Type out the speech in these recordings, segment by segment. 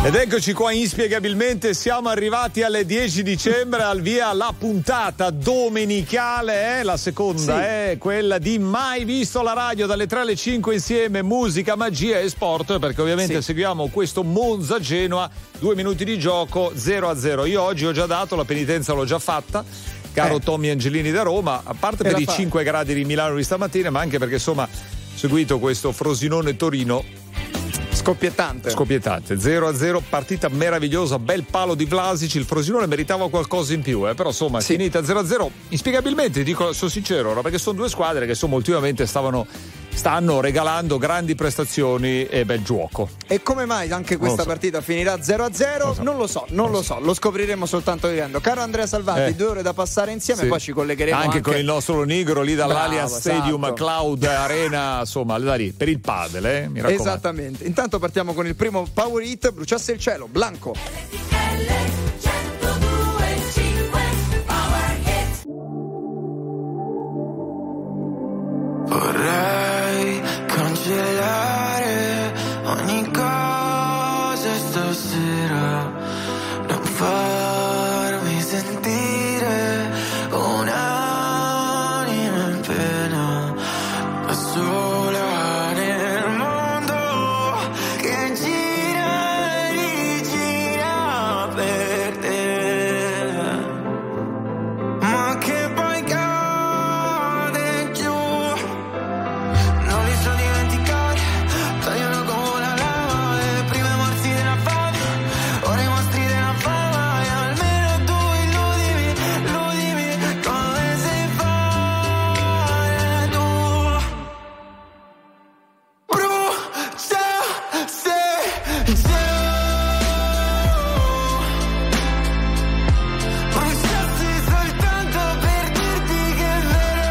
Ed eccoci qua inspiegabilmente, siamo arrivati alle 10 dicembre, al via la puntata domenicale, la seconda è quella di Mai Visto la Radio, dalle 3 alle 5 insieme, musica, magia e sport, perché ovviamente seguiamo questo Monza-Genoa, 2 minuti di gioco, 0-0. Io oggi ho già dato, la penitenza l'ho già fatta, caro Tommy Angelini da Roma, a parte per i 5 gradi di Milano di stamattina, ma anche perché insomma ho seguito questo Frosinone-Torino scoppiettante 0-0, partita meravigliosa, bel palo di Vlasic, il Frosinone meritava qualcosa in più, però insomma finita 0-0 inspiegabilmente, dico, sono sincero, perché sono due squadre che insomma ultimamente stanno regalando grandi prestazioni e bel gioco. E come mai anche questa partita finirà 0-0? Non lo so, lo scopriremo soltanto vivendo. Caro Andrea Salvati, 2 ore da passare insieme, poi ci collegheremo anche con il nostro Nigro lì dall'Allianz Stadium, Cloud Arena, insomma da lì per il padel, mi raccomando. Esattamente. Intanto partiamo con il primo Power Hit, Bruciasse il cielo, Blanco. Vorrei cancellare ogni cosa stasera, non farmi sentire un'anima in pena, da sola nel mondo che gira e rigira per te, ma che poi cade giù. Non li so dimenticare, tagliano come la lava, le prime morsi della fame, ora i mostri della fama, e almeno tu illudimi come sai fare tu. Bruciasse il cielo, bruciassi soltanto per dirti che è vero.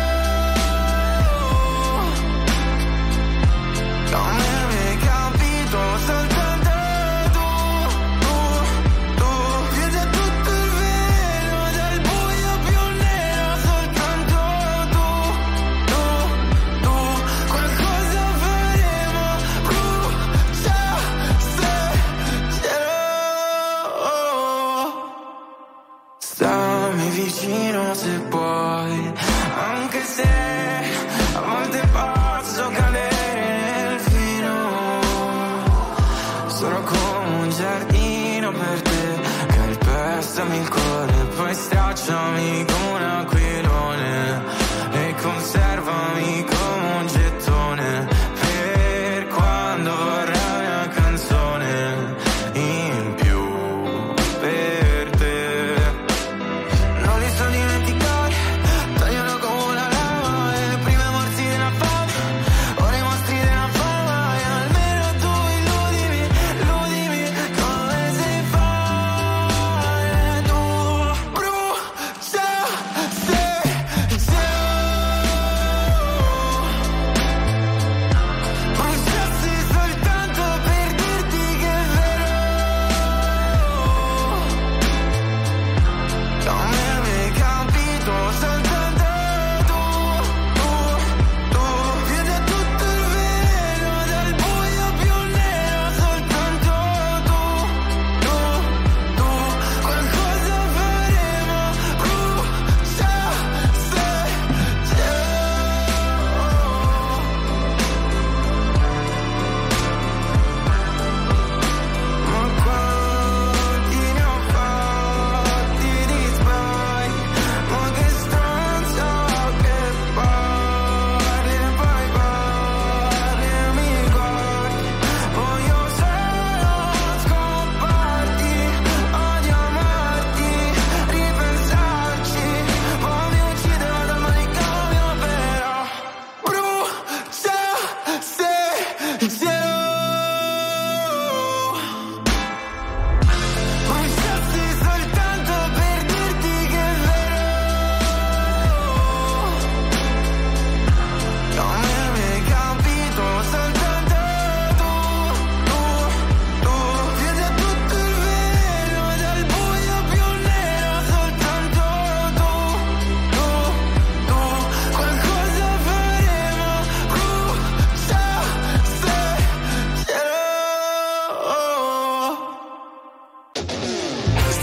Non mi avevi capito, soltanto tu chiudi a tutto il velo dal buio più nero, soltanto tu, qualcosa faremo, bruciasse il cielo. Stammi vicino se puoi, anche se a volte posso cadere nel filo. Sono come un giardino per te, calpestami il cuore, poi stracciami come un aquilone e conservami come un gettone per quando vorrai una canzone in più per te. Non li so dimenticare, tagliano come la lava, e le prime morsi della fame, ora i mostri della fama, e almeno tu illudimi come sai fare tu. Bruciasse il cielo.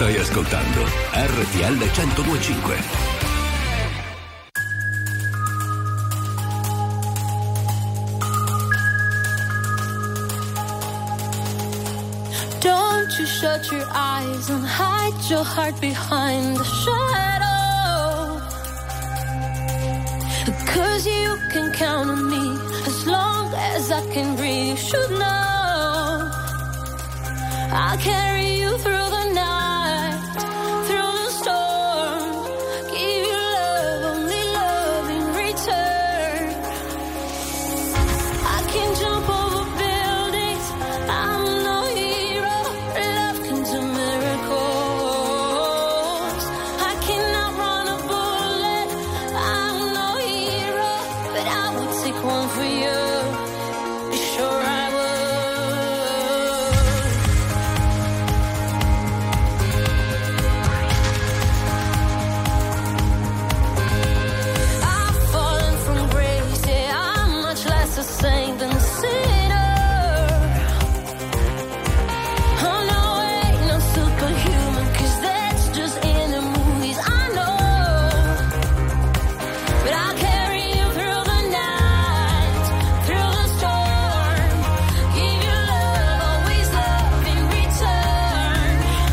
Stai ascoltando RTL 102.5. Don't you shut your eyes and hide your heart behind the shadow. 'Cause you can count on me as long as I can breathe. You should know I'll carry you through the night, through the storm. Give you love, only love in return. I can jump over buildings, I'm no hero, love can do miracles. I cannot run a bullet, I'm no hero, but I would take one for you. Sure I would. I've fallen from grace, yeah, I'm much less a saint than a sinner. Oh no, ain't no superhuman, 'cause that's just in the movies, I know. But I'll carry you through the night, through the storm. Give you love, always love in return.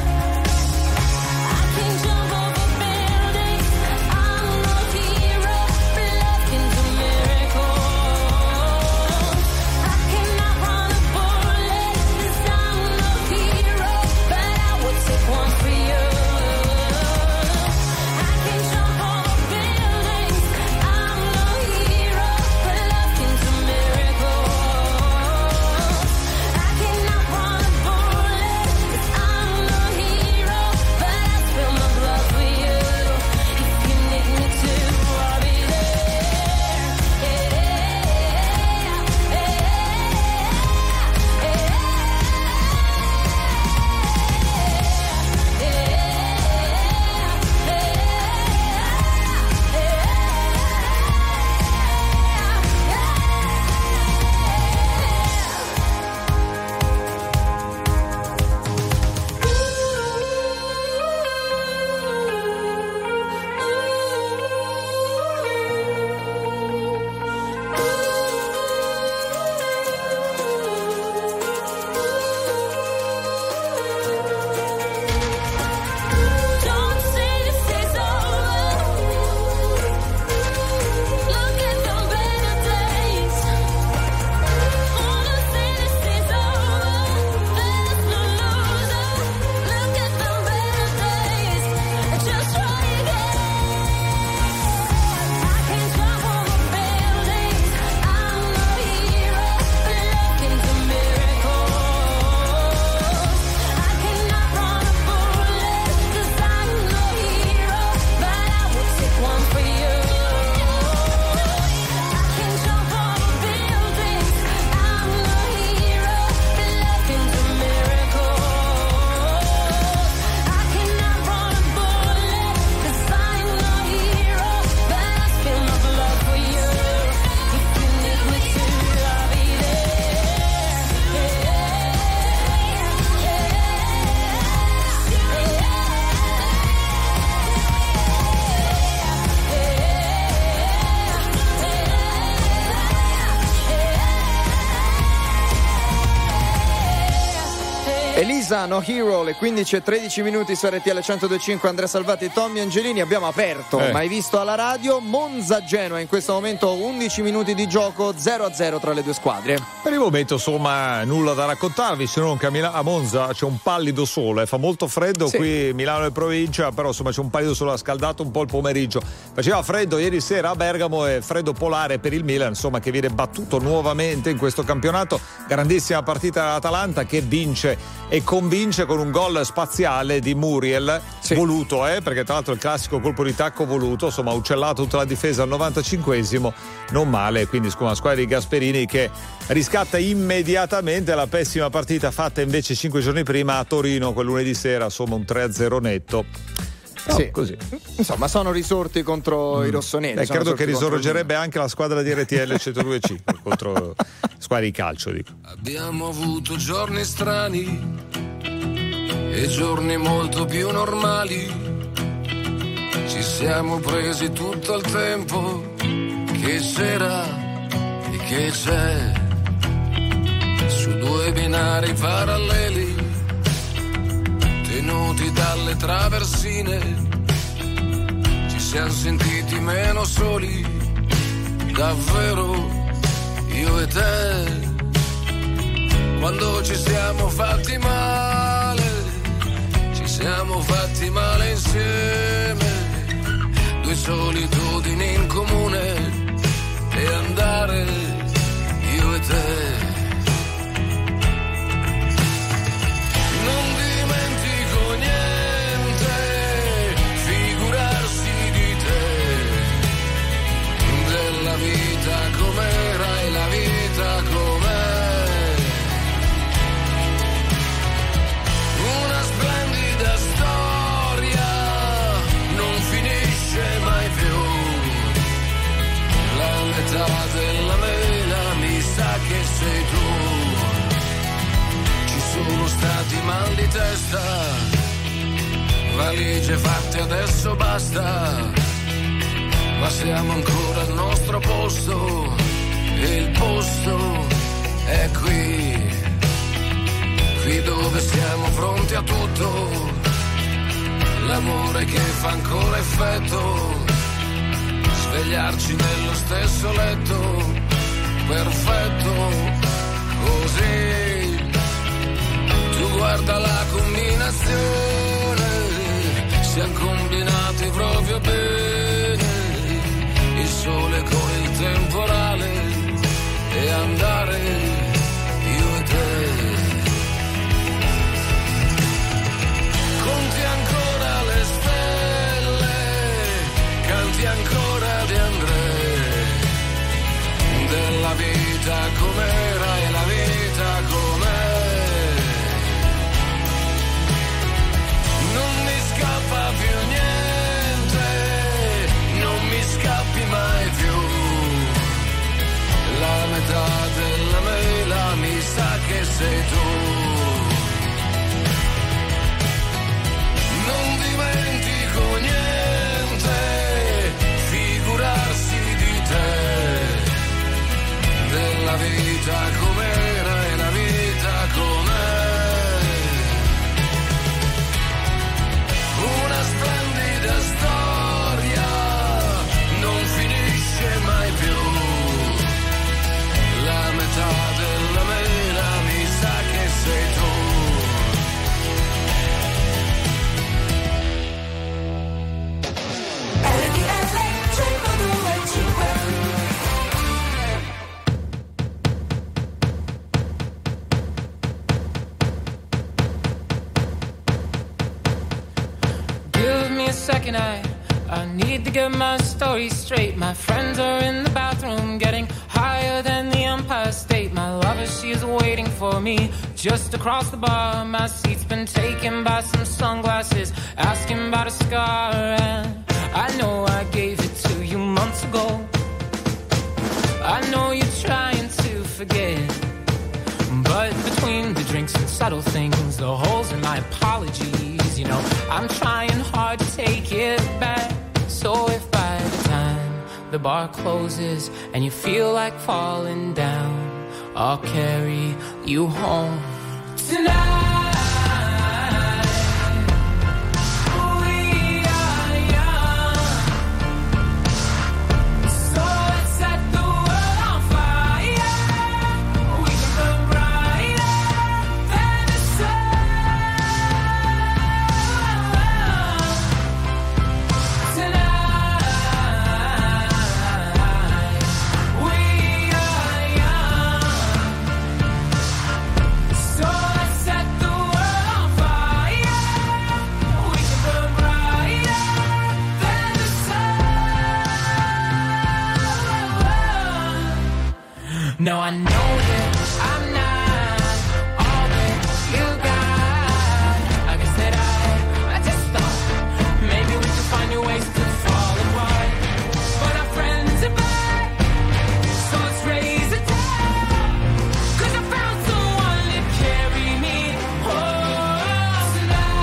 I can jump over buildings, I'm no hero, but love can do miracles. I cannot run a bullet, 'cause I'm no hero, but I would take one for you. I can jump over buildings, I'm no hero, but love can do miracles. I cannot run a bullet, 'cause I'm no hero, but I spill my blood for you. If you need me to, I'll be there. Don't say this is over. Look at the better days. Wanna say this is over. There's no loser. Look at the better days. Just try again. I can jump over buildings. I'm no hero, but love can do miracles. I cannot run a bullet, 'cause I'm no hero, but I would take one for you. I can jump over buildings, I'm no hero, but love can do miracles. I cannot run a bullet, 'cause I'm no hero, but I spill my blood for you. If you need me to, I'll be Elisa, No Hero, le 15:13 minuti su RTL 102.5. Andrea Salvati e Tommy Angelini. Abbiamo aperto, mai visto alla radio, Monza-Genoa. In questo momento 11 minuti di gioco, 0-0 tra le due squadre. Per il momento insomma nulla da raccontarvi, se non che a Monza c'è un pallido sole, fa molto freddo, sì. Qui Milano e provincia, però insomma c'è un pallido sole, ha scaldato un po' il pomeriggio. Faceva freddo ieri sera a Bergamo e freddo polare per il Milan, insomma, che viene battuto nuovamente in questo campionato. Grandissima partita dell'Atalanta che vince e convince con un gol spaziale di Muriel, sì. Voluto, perché tra l'altro il classico colpo di tacco voluto, insomma, ha uccellato tutta la difesa al 95esimo, non male, quindi una squadra di Gasperini che riscatta immediatamente la pessima partita fatta invece 5 giorni prima a Torino quel lunedì sera, insomma un 3-0 netto. No, sì. Così. Insomma, sono risorti contro i rossoneri. Credo che risorgerebbe anche la squadra di RTL 102.5 contro squadre di calcio, dico. Abbiamo avuto giorni strani e giorni molto più normali. Ci siamo presi tutto il tempo che c'era e che c'è, su due binari paralleli, tenuti dalle traversine. Ci siamo sentiti meno soli, davvero, io e te. Quando ci siamo fatti male, ci siamo fatti male insieme. Due solitudini in comune e andare io e te. Non dimentico niente, figurarsi di te, della vita com'era e la vita com'è. Una splendida storia, non finisce mai più. La metà della mela mi sa che sei tu. Ci sono stati mal di testa, valigie fatte adesso basta, ma siamo ancora al nostro posto e il posto è qui, qui dove siamo pronti a tutto, l'amore che fa ancora effetto, svegliarci nello stesso letto, perfetto, così. Tu guarda la combinazione, siamo combinati proprio bene, il sole con il temporale e andare io e te. Conti ancora le stelle, canti ancora di André, della vita com'era e la vita com'è. Non mi scappa più niente, non mi scappi mai più. La metà della mela mi sa che sei tu. Non dimentico niente, figurarsi di te, della vita com'era e la vita com'è. Una splendida storia, non finisce mai più. La metà della mela mi sa che sei tu. Give me a second, I need to get my story straight. My friends are in the bathroom getting higher than the Empire State. My lover, she's waiting for me just across the bar. My seat's been taken by some sunglasses, asking about a scar. And I know I gave it to you months ago. I know you're trying to forget, but between the drinks and subtle things, the holes in my apologies, you know, I'm trying hard to take it back. So if by the time the bar closes and you feel like falling down, I'll carry you home tonight. No, I know that I'm not all that you got. I guess that I just thought maybe we could find new ways to fall apart. But our friends are back, so let's raise a toast. 'Cause I found someone to carry me home tonight.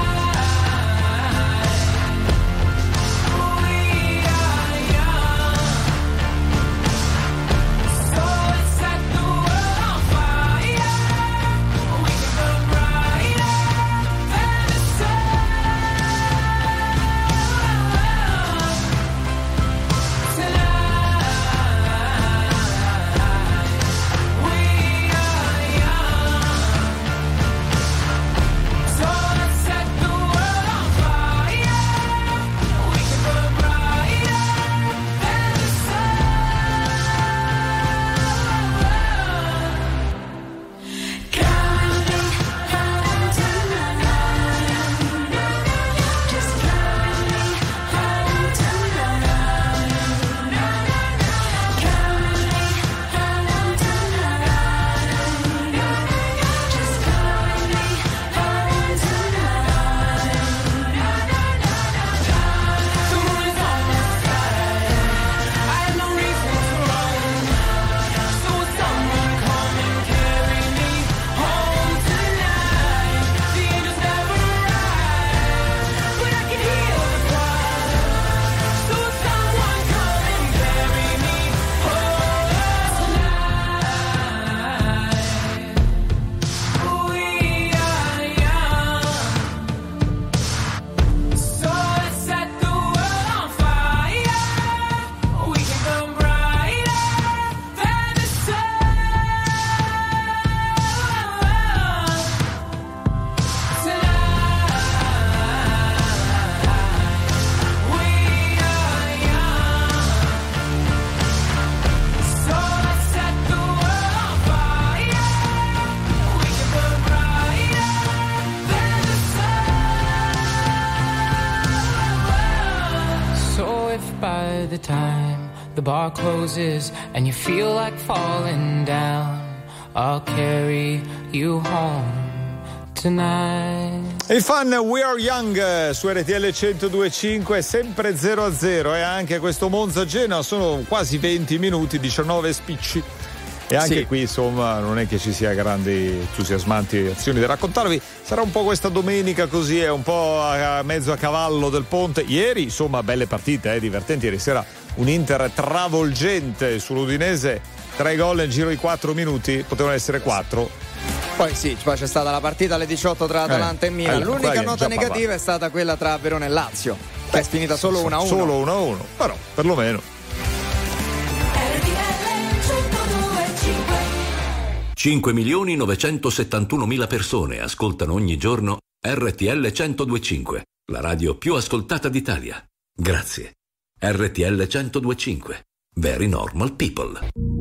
the time the bar closes and you feel like falling down, I'll carry you home tonight. Il fan We Are Young su RTL 102.5, sempre 0-0 e anche questo Monza-Genoa sono quasi 20 minuti, 19 spicci. E anche qui insomma non è che ci sia grandi entusiasmanti azioni da raccontarvi. Sarà un po' questa domenica così, è un po' a mezzo a cavallo del ponte. Ieri insomma belle partite, divertenti. Ieri sera un Inter travolgente sull'Udinese, 3 gol nel giro di 4 minuti, potevano essere 4. Poi c'è stata la partita alle 18 tra Atalanta e Milan. L'unica nota negativa è stata quella tra Verona e Lazio, che è finita solo 1-1. Solo 1-1, però perlomeno. 5.971.000 persone ascoltano ogni giorno RTL 102.5, la radio più ascoltata d'Italia. Grazie. RTL 102.5. Very normal people.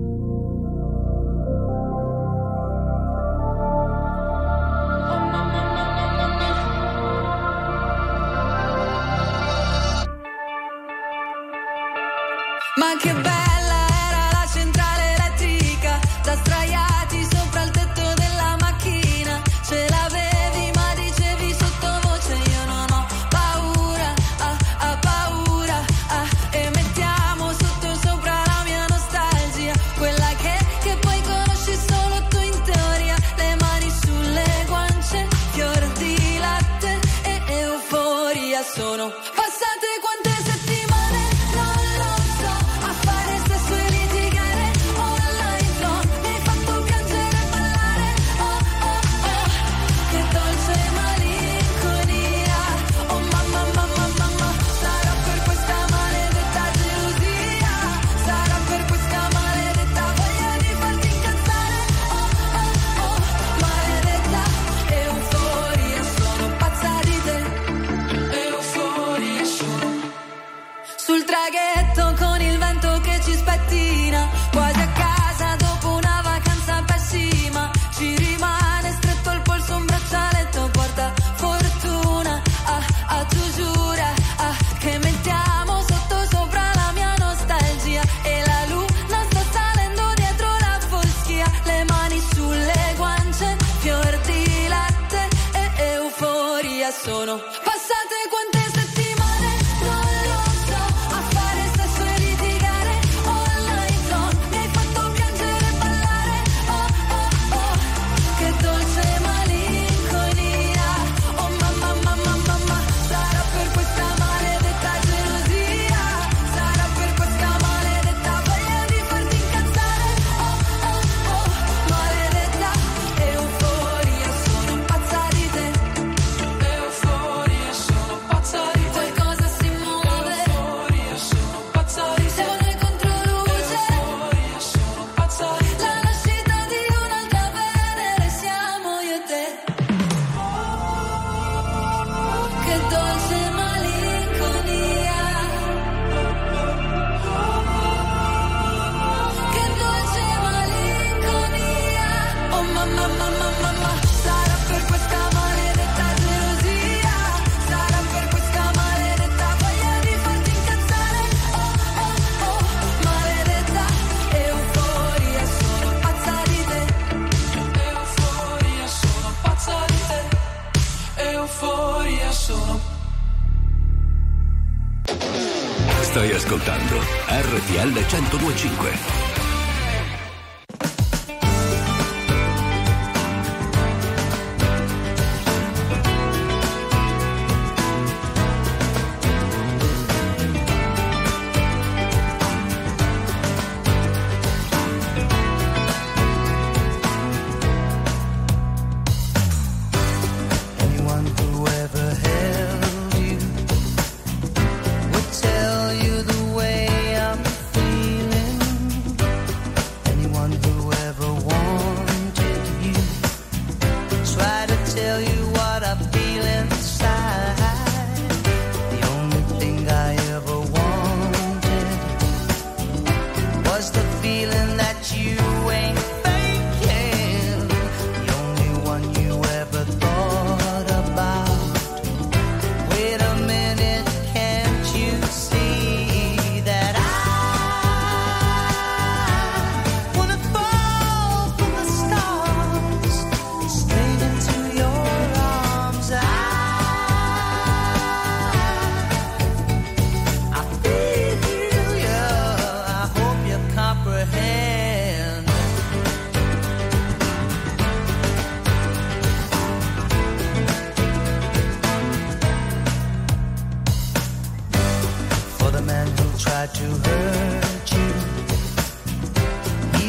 Ma che bella era la centrale elettrica, da sdraiati sopra il tetto della macchina. Ce l'avevi ma dicevi sottovoce io non ho paura, paura, e mettiamo sotto sopra la mia nostalgia, quella che poi conosci solo tu in teoria. Le mani sulle guance, fior di latte e euforia. Sono passate quante settimane, non lo so, a fare sesso e litigare online zone. Mi hai fatto piangere e ballare, oh oh oh, che dolce malinconia. Oh mamma, mamma, mamma, sarà per questa maledetta gelosia, sarà per questa maledetta voglia di farti incazzare, oh oh oh, maledetta euforia. Sono pazza di te, euforia sono. Sul traghetto con il vento che ci spettina, quasi a casa dopo una vacanza pessima. Ci rimane stretto al polso un braccialetto porta fortuna, tu giura, che mettiamo sotto sopra la mia nostalgia. E la luna sta salendo dietro la foschia. Le mani sulle guance, fior di latte e euforia. Sono passate quante settimane, non lo so, a fare sesso e litigare online zone. Mi hai fatto piangere e ballare, oh oh oh, che dolce malinconia. Oh mamma, mamma, mamma, sarà per questa maledetta gelosia, sarà per questa maledetta voglia di farti incazzare, oh oh oh, maledetta euforia. Sono pazza di te, euforia, sono pazza di te. Qualcosa si muove, euforia, sono pazza di te. Siamo noi contro luce, euforia, sono pazza di te. La nascita di un'altra Venere siamo io e te. Che dolce malinconia, che dolce malinconia. Oh mamma, mamma, mamma, sarà per questa maledetta gelosia, sarà per questa maledetta voglia di farti incazzare, oh oh oh, maledetta euforia. Sono pazza di te, euforia, sono pazza di te, euforia, sono. Stai ascoltando RTL 102.5. Anyone who ever held you would tell you the way I'm feeling.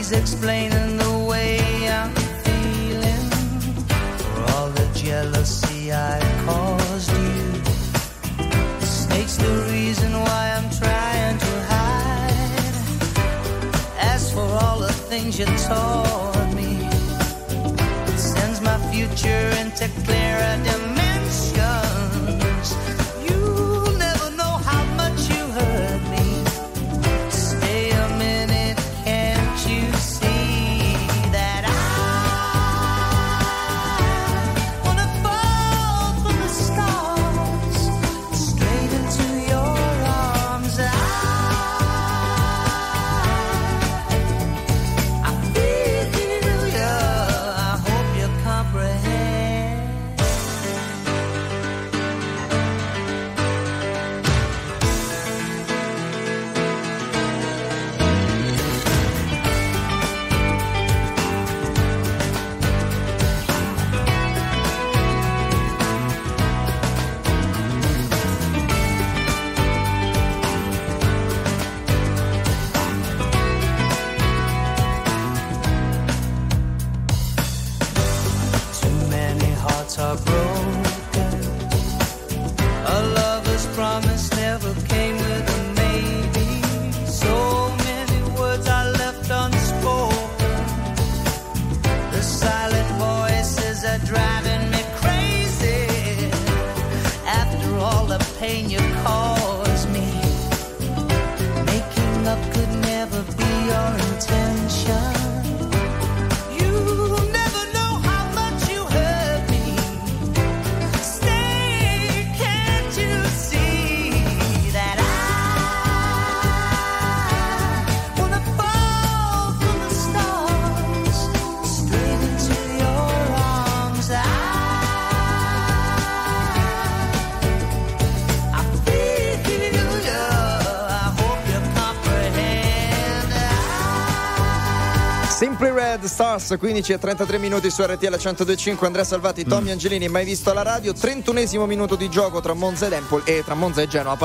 He's explaining the way I'm feeling for all the jealousy I caused you. The snake's the reason why I'm trying to hide. As for all the things you taught me, it sends my future into clearer dimensions. You'll never know how much you hurt me. Stay a minute, can't you see that I wanna fall from the stars straight into your arms? I feel you, I hope you comprehend. Too many hearts are broken. A lover's promise never came with a maybe. So many words are left unspoken. The silent voices are driving me crazy. After all the pain you caused me, making up could never be your intention. You'll never know how much you hurt me. Stay, can't you see that I wanna fall from the stars straight into your arms? I feel you, I hope you comprehend. Simply Red Stars, 15:33 minuti su RTL 102.5. Andrea Salvati, Tommy Angelini, mai visto alla radio. 31esimo minuto di gioco tra Monza e Genoa,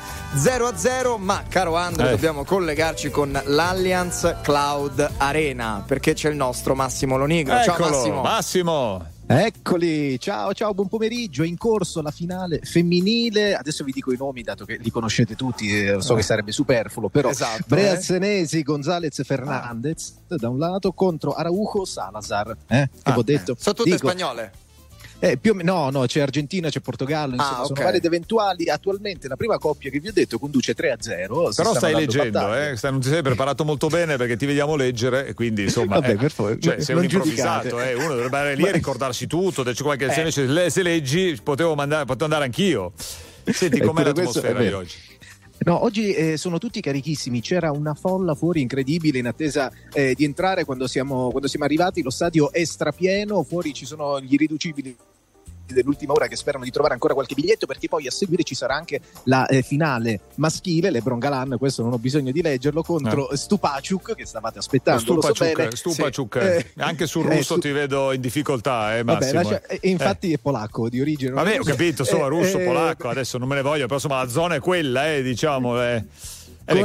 0-0. Ma caro Andre, dobbiamo collegarci con l'Allianz Cloud Arena, perché c'è il nostro Massimo Lonigro. Ciao Eccolo, Massimo. Eccoli, ciao, buon pomeriggio. È in corso la finale femminile. Adesso vi dico i nomi, dato che li conoscete tutti, so che sarebbe superfluo, però Esatto, Brea Senesi, Gonzalez Fernandez da un lato contro Araujo Salazar. Che ho detto? Sono tutte Dico, spagnole. più o meno, no, c'è Argentina, c'è Portogallo, insomma, ok. sono varie ed eventuali. Attualmente la prima coppia che vi ho detto conduce 3-0. Però stai leggendo, non ti sei preparato molto bene perché ti vediamo leggere e quindi insomma Vabbè, per favore, cioè, sei non un improvvisato, giudicate. uno dovrebbe andare lì a ricordarsi tutto, c'è qualche se leggi potevo andare anch'io. Senti, com'è Eppure questo l'atmosfera è di vero. oggi? No, oggi sono tutti carichissimi, c'era una folla fuori incredibile in attesa di entrare quando siamo arrivati, lo stadio è strapieno, fuori ci sono gli irriducibili dell'ultima ora che sperano di trovare ancora qualche biglietto, perché poi a seguire ci sarà anche la finale maschile, LeBron Galan, questo non ho bisogno di leggerlo, contro Stupaciuk, che stavate aspettando. Stupaciuk. Anche sul russo ti vedo in difficoltà, Massimo. Vabbè, infatti è polacco di origine. Vabbè, ho capito, insomma, russo, polacco, adesso non me ne voglio, però insomma la zona è quella, diciamo. Con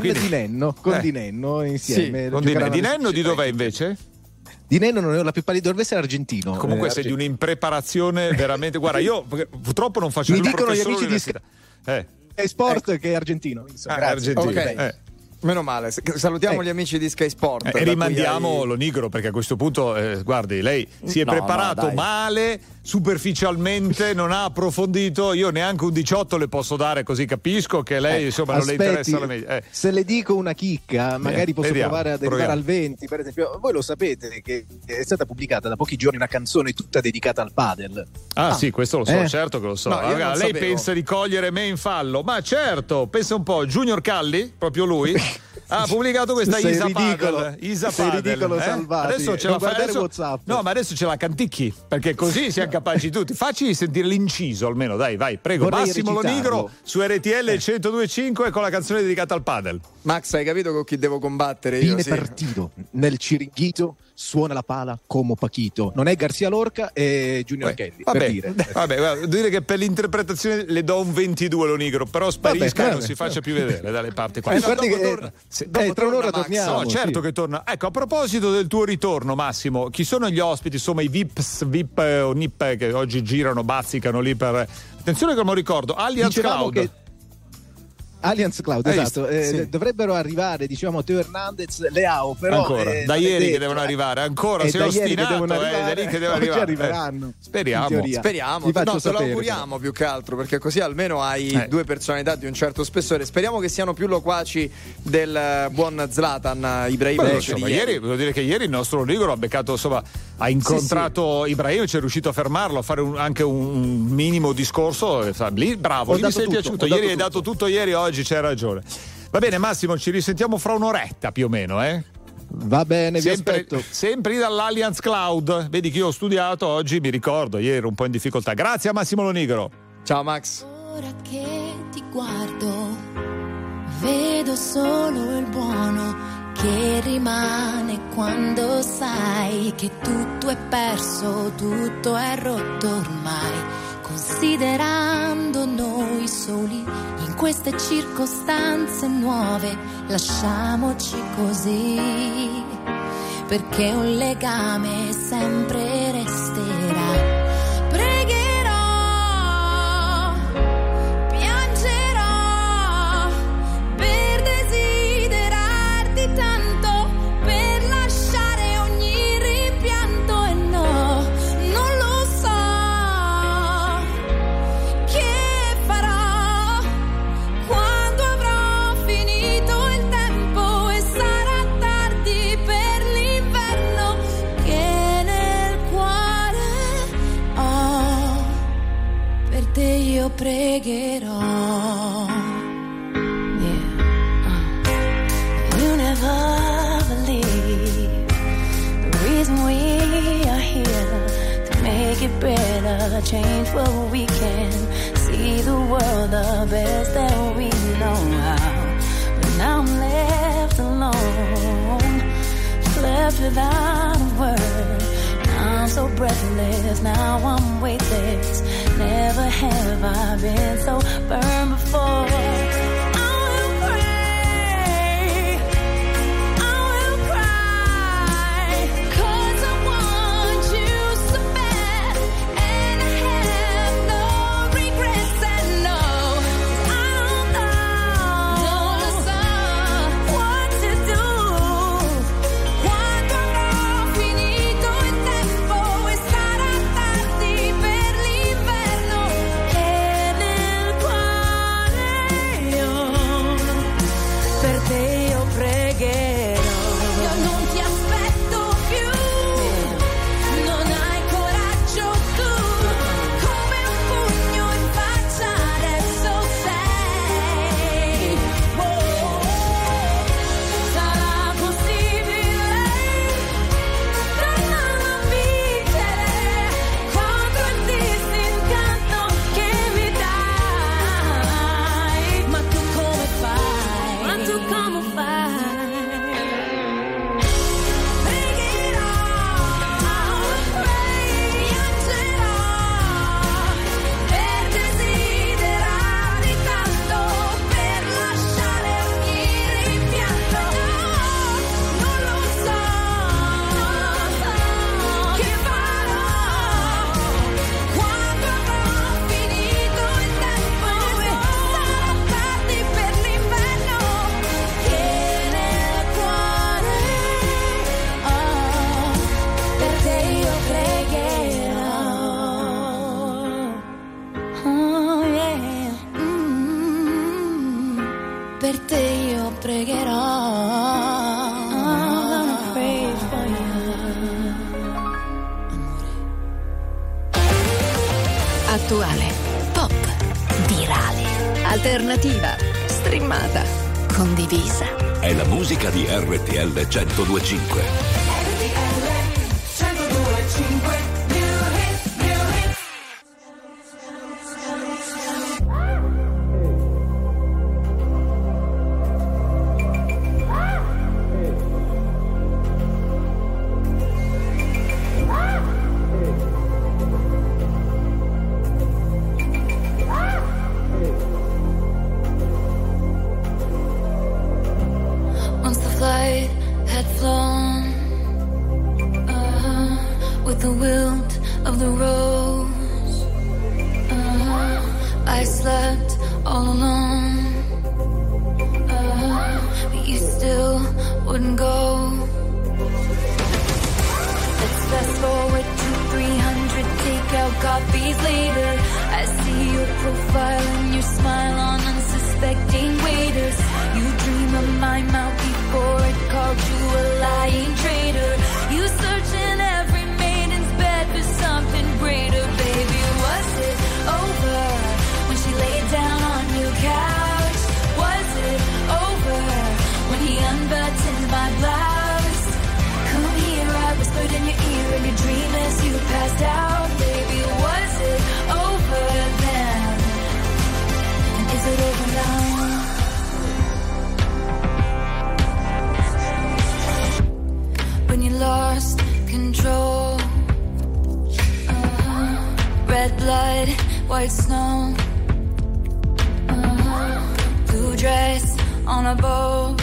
Di Nenno insieme. Di Nenno di dov'è invece? Di Nenno non ne ho la più pallida, dovrebbe essere argentino. Comunque sei di un'impreparazione veramente. Guarda, io purtroppo non faccio mi il dicono gli professore amici di all'università. Sky Sport che è argentino. Insomma, grazie. Argentino. Ok. Meno male, salutiamo gli amici di Sky Sport. E rimandiamo Lonigro, perché a questo punto, guardi, lei si è preparato male, superficialmente, non ha approfondito. Io neanche un 18 le posso dare, così capisco che lei insomma non le interessa la media. Se le dico una chicca, magari posso provare ad arrivare al 20. Per esempio, voi lo sapete che è stata pubblicata da pochi giorni una canzone tutta dedicata al padel. Sì, questo lo so, certo che lo so. No, lei sapevo. pensa di cogliere me in fallo? Ma certo, pensa un po', Junior Calli, proprio lui. Ha pubblicato questa Sei Isa ridicolo. Padel. Isa Sei Padel, ridicolo, Salvati. Adesso ce Non la fa guardare WhatsApp. No, ma adesso ce la canticchi, perché così siamo capaci tutti. Facci sentire l'inciso almeno, dai, vai, prego. Vorrei Massimo recitarlo. Lonigro su RTL 102.5 con la canzone dedicata al padel. Max, hai capito con chi devo combattere io? Fine partito nel Ciringhito, suona la pala come Paquito. Non è Garcia Lorca, è Junior Kelly. Vabbè, dire che per l'interpretazione le do un 22 Lo Nigro, però sparisca e non si faccia più vedere dalle parti qua. Tra un'ora torniamo. No, certo che torna. Ecco, a proposito del tuo ritorno, Massimo, chi sono gli ospiti, insomma i VIP o NIP che oggi girano, bazzicano lì per... Attenzione che non ricordo, Allianz Cloud. Allianz Cloud, esatto. Sì. Dovrebbero arrivare, diciamo, Teo Hernandez, Leao, però ancora da ieri che devono arrivare, ancora sei ostinato, da lì che devono arrivare. Arriveranno. Speriamo, no, te lo auguriamo più che altro, perché così almeno hai due personalità di un certo spessore. Speriamo che siano più loquaci del buon Zlatan Ibrahimovic. Ieri, devo dire che ieri il nostro Ligoro ha beccato, insomma, ha incontrato Ibrahimovic, è riuscito a fermarlo, a fare anche un minimo discorso. Lì, bravo, lì mi sei piaciuto. Ieri hai dato tutto, ieri, oggi c'hai ragione. Va bene, Massimo, ci risentiamo fra un'oretta più o meno, Va bene, vi aspetto. Sempre dall'Allianz Cloud. Vedi che io ho studiato oggi, mi ricordo, ieri ero un po' in difficoltà. Grazie a Massimo Lo Nigro. Ciao Max. Ora che ti guardo, vedo solo il buono che rimane quando sai che tutto è perso, tutto è rotto ormai. Considerando noi soli in queste circostanze nuove, lasciamoci così, perché un legame sempre resterà. Pregherò, piangerò per desiderarti tanto, per lasciare ogni rimpianto, e no, non lo so che farò quando avrò finito il tempo e sarà tardi per l'inverno che nel cuore ho. Per te io pregherò. You never believe the reason we are here, to make it better, change what we can, see the world the best that we know how. But now I'm left alone, left without a word. I'm so breathless, now I'm weightless. Never have I been so burned before. Per te io pregherò. Attuale, pop, virale, alternativa, streamata, condivisa. È la musica di RTL 102.5. the wilt of the rose. I slept all alone. But you still wouldn't go. Let's fast forward to 300 takeout copies later. I see your profile and your smile on unsuspecting waiters. You dream of my mouth before it called you a lying traitor. You search in every maiden's bed for something greater. Baby, was it over when she laid down on your couch? Was it over when he unbuttoned my blouse? Come here, I whispered in your ear in your dream as you passed out. Baby, was it over then? And is it over now? When you lost control, red blood, white snow, blue dress on a boat.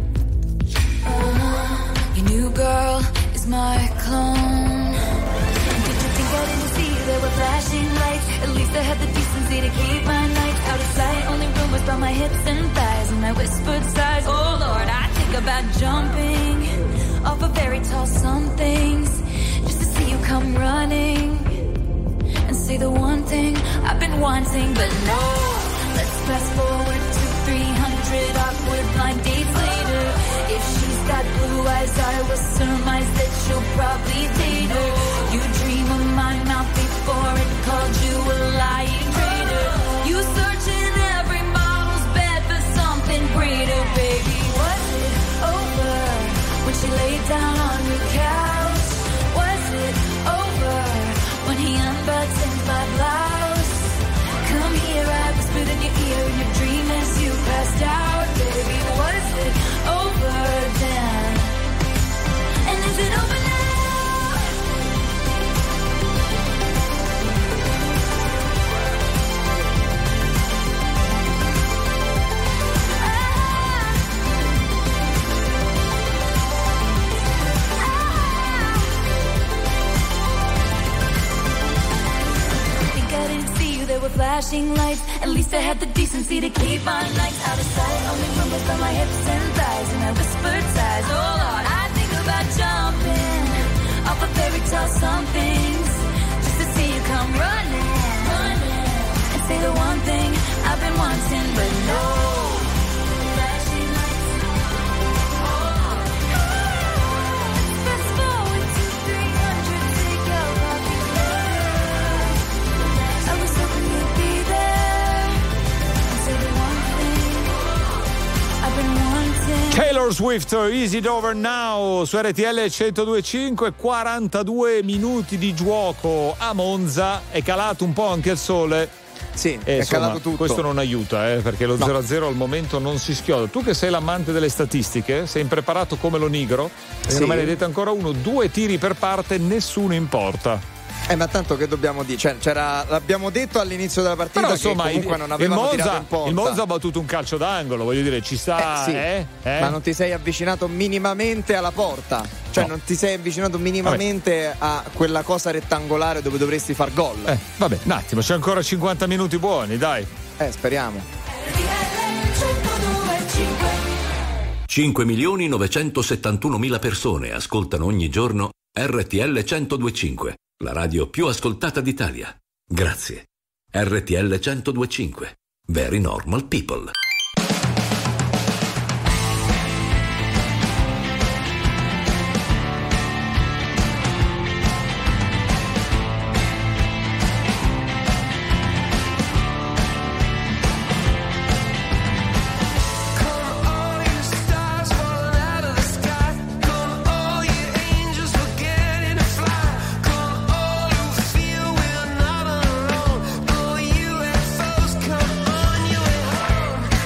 Your new girl is my clone. Did you think I didn't see there were flashing lights? At least I had the decency to keep my nights out of sight. Only rumors about my hips and thighs and my whispered sighs. Oh Lord, I think about jumping off of very tall somethings just to see you come running and say the one thing I've been wanting. But no, let's fast forward to 300 awkward blind dates later. If she's got blue eyes, I will surmise that she'll probably date her. You dream of my mouth before it called you a lying traitor. You search in every model's bed for something greater. Baby, was it over when she laid down on your couch? Was it over when he unbuttoned my blouse? Come here, I whispered in your ear in your dream as you passed out. Baby, was it over then? And is it over now? There were flashing lights. At least I had the decency to keep my nights out of sight. Only rumors about my hips and thighs and my whispered sighs. Oh Lord, I think about jumping off of fairy tale somethings just to see you come running and say the one thing I've been wanting. But no, flashing lights. Fast forward to 300 takeout copies later. I was hoping you'd be there and say the one thing I've been wanting. Taylor Swift, Is It Over Now su RTL 102.5. 42 minuti di gioco a Monza. È calato un po' anche il sole. Sì, è calato tutto. Questo non aiuta, perché lo 0-0 al momento non si schioda. Tu che sei l'amante delle statistiche, sei impreparato come lo Nigro, e non me ne hai detto ancora uno, 2 tiri per parte, nessuno in porta. Ma tanto che dobbiamo dire? Cioè, l'abbiamo detto all'inizio della partita. Però, insomma, che comunque non avevamo tirato in porta. Il Monza ha battuto un calcio d'angolo, voglio dire, ci sta. Ma non ti sei avvicinato minimamente alla porta. Cioè, non ti sei avvicinato minimamente a quella cosa rettangolare dove dovresti far gol. Vabbè, un attimo, c'è ancora 50 minuti buoni, dai. Speriamo. 5.971.000 persone ascoltano ogni giorno RTL 102.5. La radio più ascoltata d'Italia. Grazie. RTL 102.5. Very normal people. Come on your way home.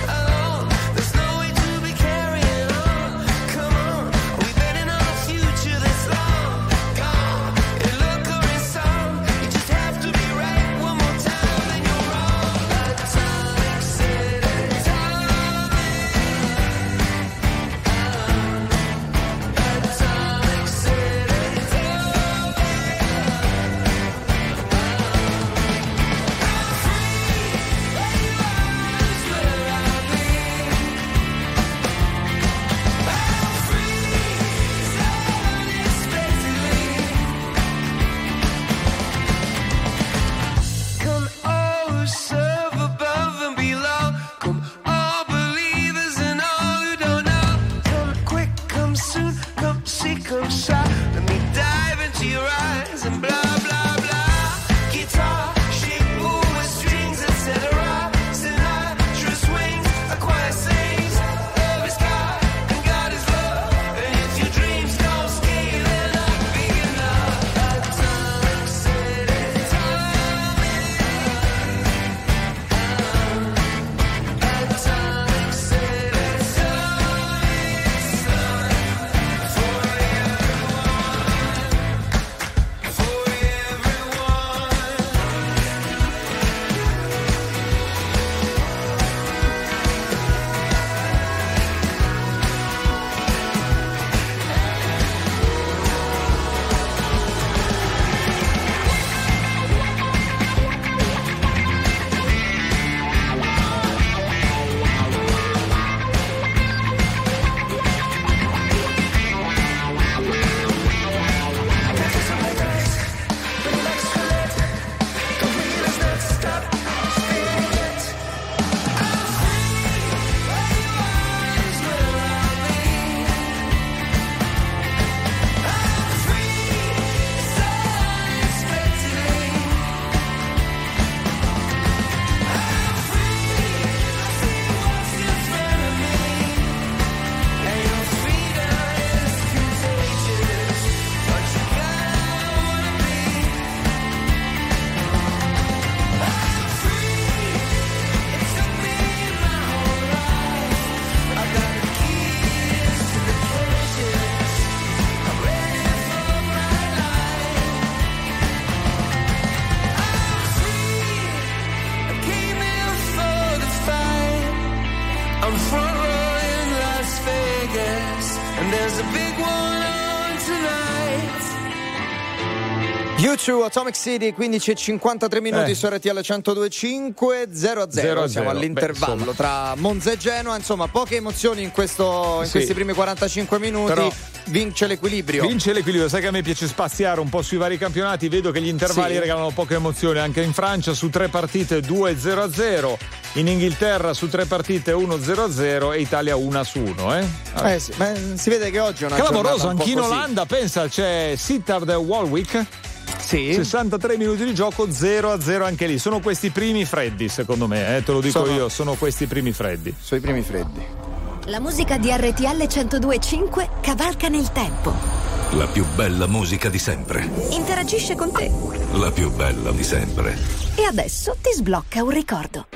U2 Atomic City, 15:53 minuti su RTL 102.5, 0-0. Siamo all'intervallo tra Monza e Genoa. Insomma, poche emozioni in questi primi 45 minuti. Però vince l'equilibrio. Sai che a me piace spaziare un po' sui vari campionati. Vedo che gli intervalli regalano poche emozioni. Anche in Francia su 3 partite 2-0-0. In Inghilterra su 3 partite 1-0-0 e Italia 1-1. Sì, ma si vede che oggi è una clamoroso. Anche in così. Olanda, pensa, c'è Sittard Walwick. Sì. 63 minuti di gioco, 0-0 anche lì. Sono questi primi freddi, secondo me, te lo dico io, sono questi primi freddi. Sono i primi freddi. La musica di RTL 102.5 cavalca nel tempo. La più bella musica di sempre. Interagisce con te. La più bella di sempre. E adesso ti sblocca un ricordo.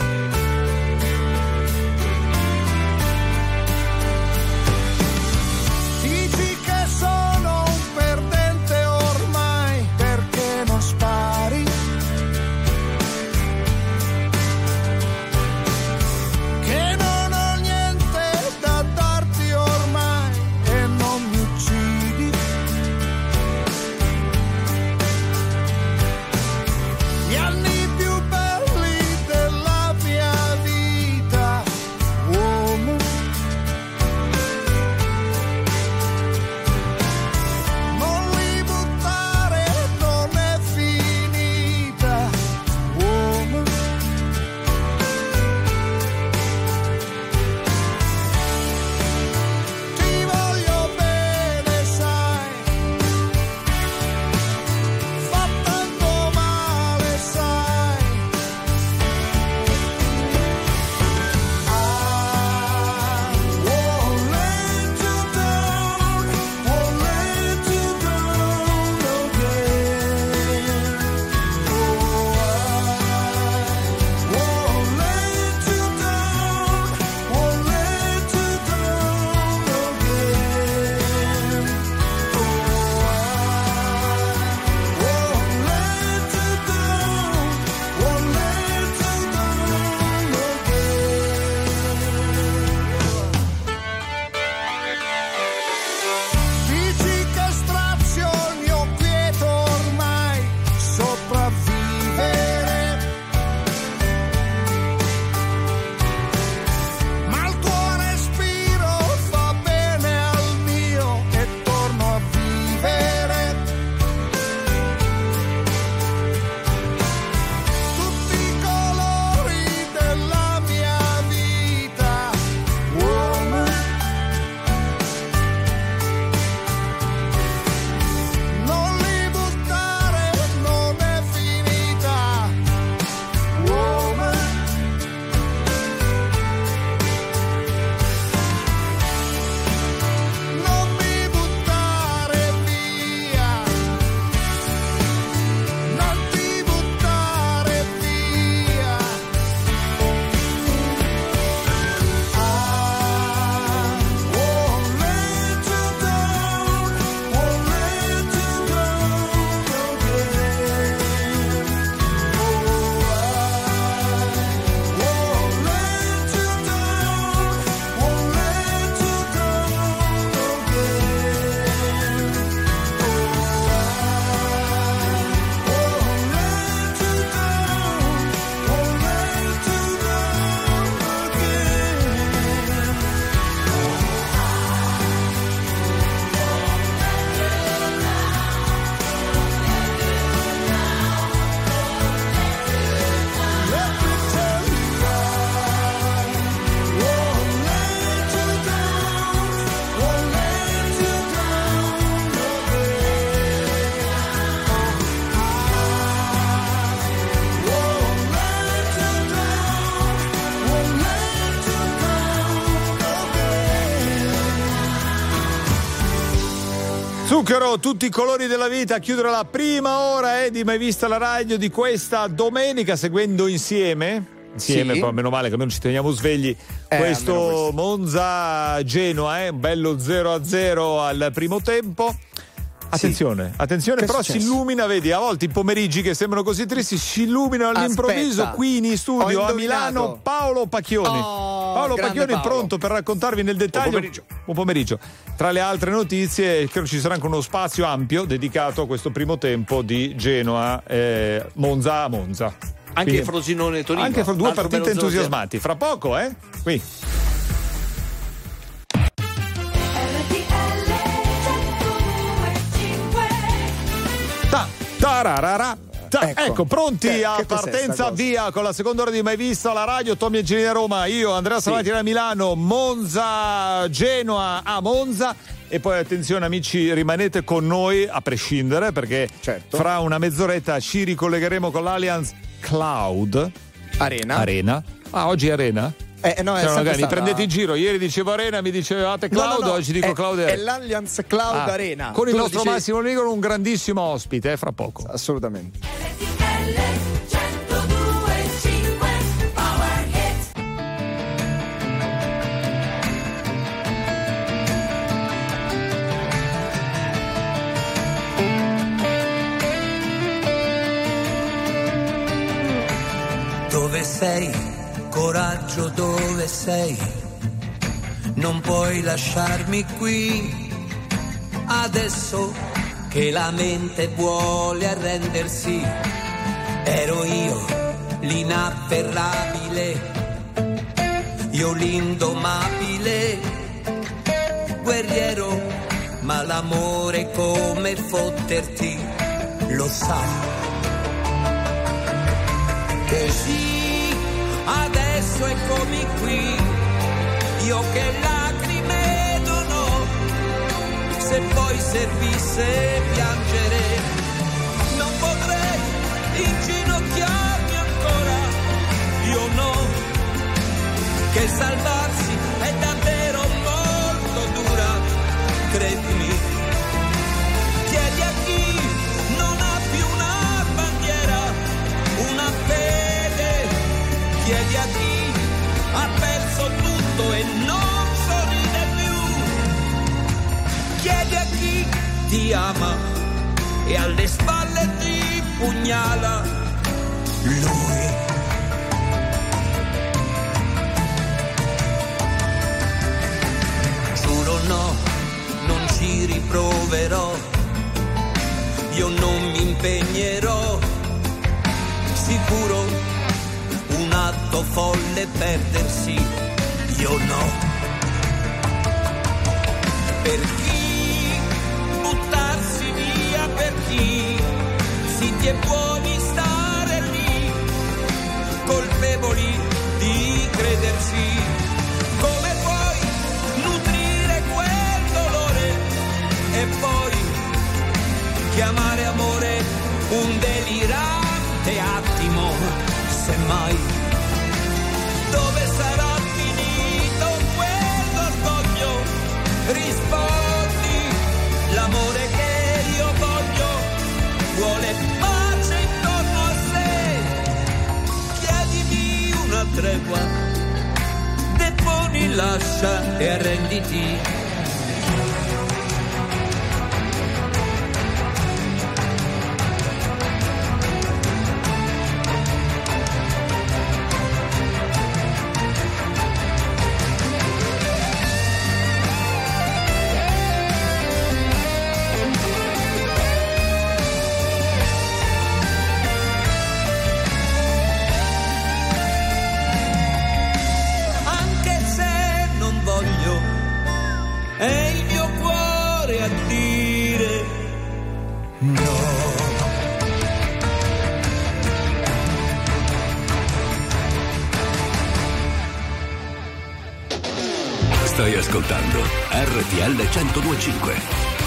Dici che sono un perdente ormai, perché non spari? Che non ho niente da darti ormai e non mi uccidi. Gli anni più belli della mia vita, uomo. Non li buttare, non è finita, uomo. Ti voglio bene, sai, fa tanto male, sai. Won't let you down, won't let you down again. Won't let you down, won't let you down again. Won't let you down, won't let you down again. Dici che strazio il mio quieto ormai sopravvivere, ma il tuo respiro fa bene al mio e torno a vivere. Tutti i colori della mia vita, woman. Non li buttare, non è finita, woman. Non mi buttare via, non ti buttare via. Won't let you down, won't let you down again. Won't let you down, won't let you down again. Won't let you down, won't let you down again. Let me tell you why. Won't let you down, won't let you down again. Won't let you down, won't let you down again. Zucchero, tutti i colori della vita, a chiudere la prima ora di Mai Vista la Radio di questa domenica, seguendo insieme, Sì. poi meno male che almeno ci teniamo svegli, almeno questo questo. Monza-Genoa, un bello 0-0 al primo tempo. Attenzione, Che però è si successo? illumina, vedi, a volte i pomeriggi che sembrano così tristi si illuminano all'improvviso. Aspetta. Qui in studio Ho a indovinato. Milano, Paolo Pacchioni. Paolo grande Pacchioni Paolo. pronto per raccontarvi nel dettaglio. Buon pomeriggio. Tra le altre notizie, credo ci sarà anche uno spazio ampio dedicato a questo primo tempo di Genoa Monza a Monza. Anche Quindi, Frosinone e Torino. anche due Altro partite bello 0-0. entusiasmanti. Fra poco, qui. Tararara. Ecco, pronti a partenza, via con la seconda ora di Mai Visto alla radio. Tommy Angelini a Roma, io Andrea Salvati da Milano, Monza, Genoa a Monza. E poi attenzione amici, rimanete con noi a prescindere, perché fra una mezz'oretta ci ricollegheremo con l'Allianz Cloud Arena. Ah, oggi è Arena? No, mi prendete in giro. Ieri dicevo Arena, mi dicevate Cloud, no, oggi dico Cloud Arena. È l'Allianz Cloud Arena. Con il Tu nostro dici... Massimo Ligoro, un grandissimo ospite, fra poco. Assolutamente. Dove sei? Coraggio, dove sei? Non puoi lasciarmi qui, adesso che la mente vuole arrendersi. Ero io, l'inafferrabile, io l'indomabile, guerriero, ma l'amore come fotterti, lo sai. Così adesso eccomi qui, io che lacrime non ho, se poi servisse piangere, non potrei inginocchiarmi ancora, io no, che salvarsi è davvero molto dura, credimi, chiedi a chi non ha più una bandiera, una fede, chiedi a chi ha perso tutto e non sorride più, chiedi a chi ti ama e alle spalle ti pugnala lui. Giuro no, non ci riproverò, io non mi impegnerò, sicuro un atto folle perdersi, io no. Per chi buttarsi via, per chi zitti e buoni stare lì, colpevoli di credersi, come puoi nutrire quel dolore e poi chiamare amore un delirante attimo, semmai. Dove sarà finito quell'orgoglio? Rispondi, l'amore che io voglio vuole pace intorno a sé. Chiedimi una tregua, deponi, lascia e arrenditi. È il mio cuore a dire no. Stai ascoltando RTL 102.5.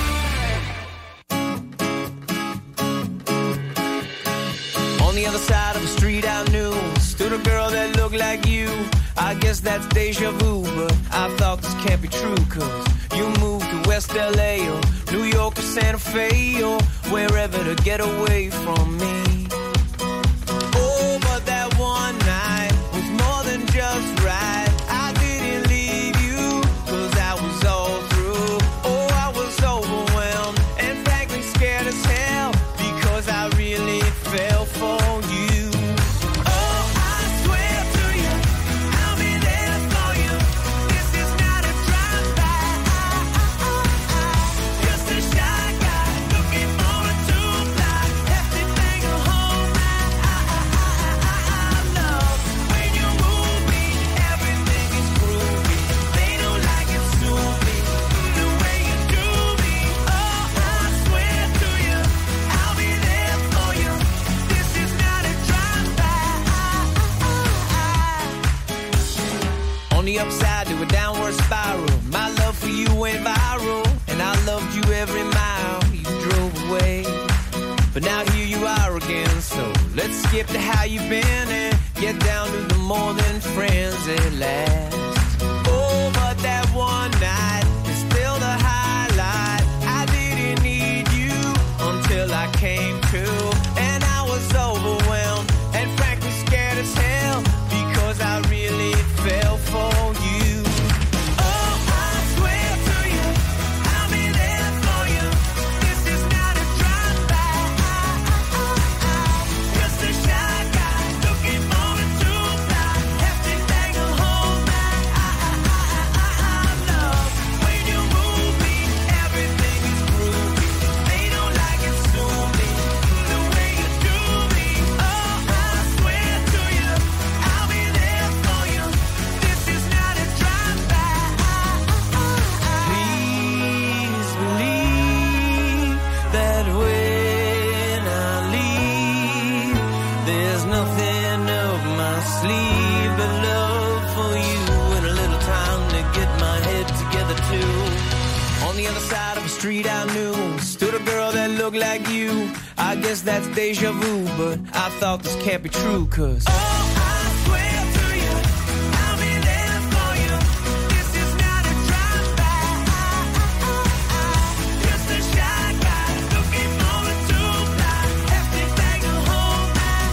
On the other side of the street I knew stood a girl that looked like you. I guess that's deja vu, but I thought this can't be true, cause you moved to West LA or New York or Santa Fe or wherever to get away from me. Oh, but that one night was more than just right. I didn't leave you, cause I was all through. Oh, I was overwhelmed and frankly scared as hell, because I really fell for you. Oh, I swear to you, I'll be there for you. me upside to a downward spiral. My love for you went viral, and I loved you every mile you drove away. But now here you are again, so let's skip to how you've been and get down to the more than friends at last. Oh, but that one night is still the highlight. I didn't need you until I came to, and I was overwhelmed and frankly scared as hell because I really fell for you. Oh, I swear to you, I'll be there for you. This is not a drive-by. Just a shy guy looking forward to fly. Have to take a hold back. Love, when you move me, everything is groovy. They don't like it, sue me, the way you do me. Oh, I swear to you, I'll be there for you. This is not a drive-by. Please believe that when I leave, there's nothing up my sleeve but love for you and a little time to get my head together too. On the other side of the street I knew stood a girl that looked like you. I guess that's deja vu, but I thought this can't be true, 'cause oh, I swear to you, I'll be there for you. This is not a drive-by. Just a shy guy looking forward to fly. Have to take a hold back.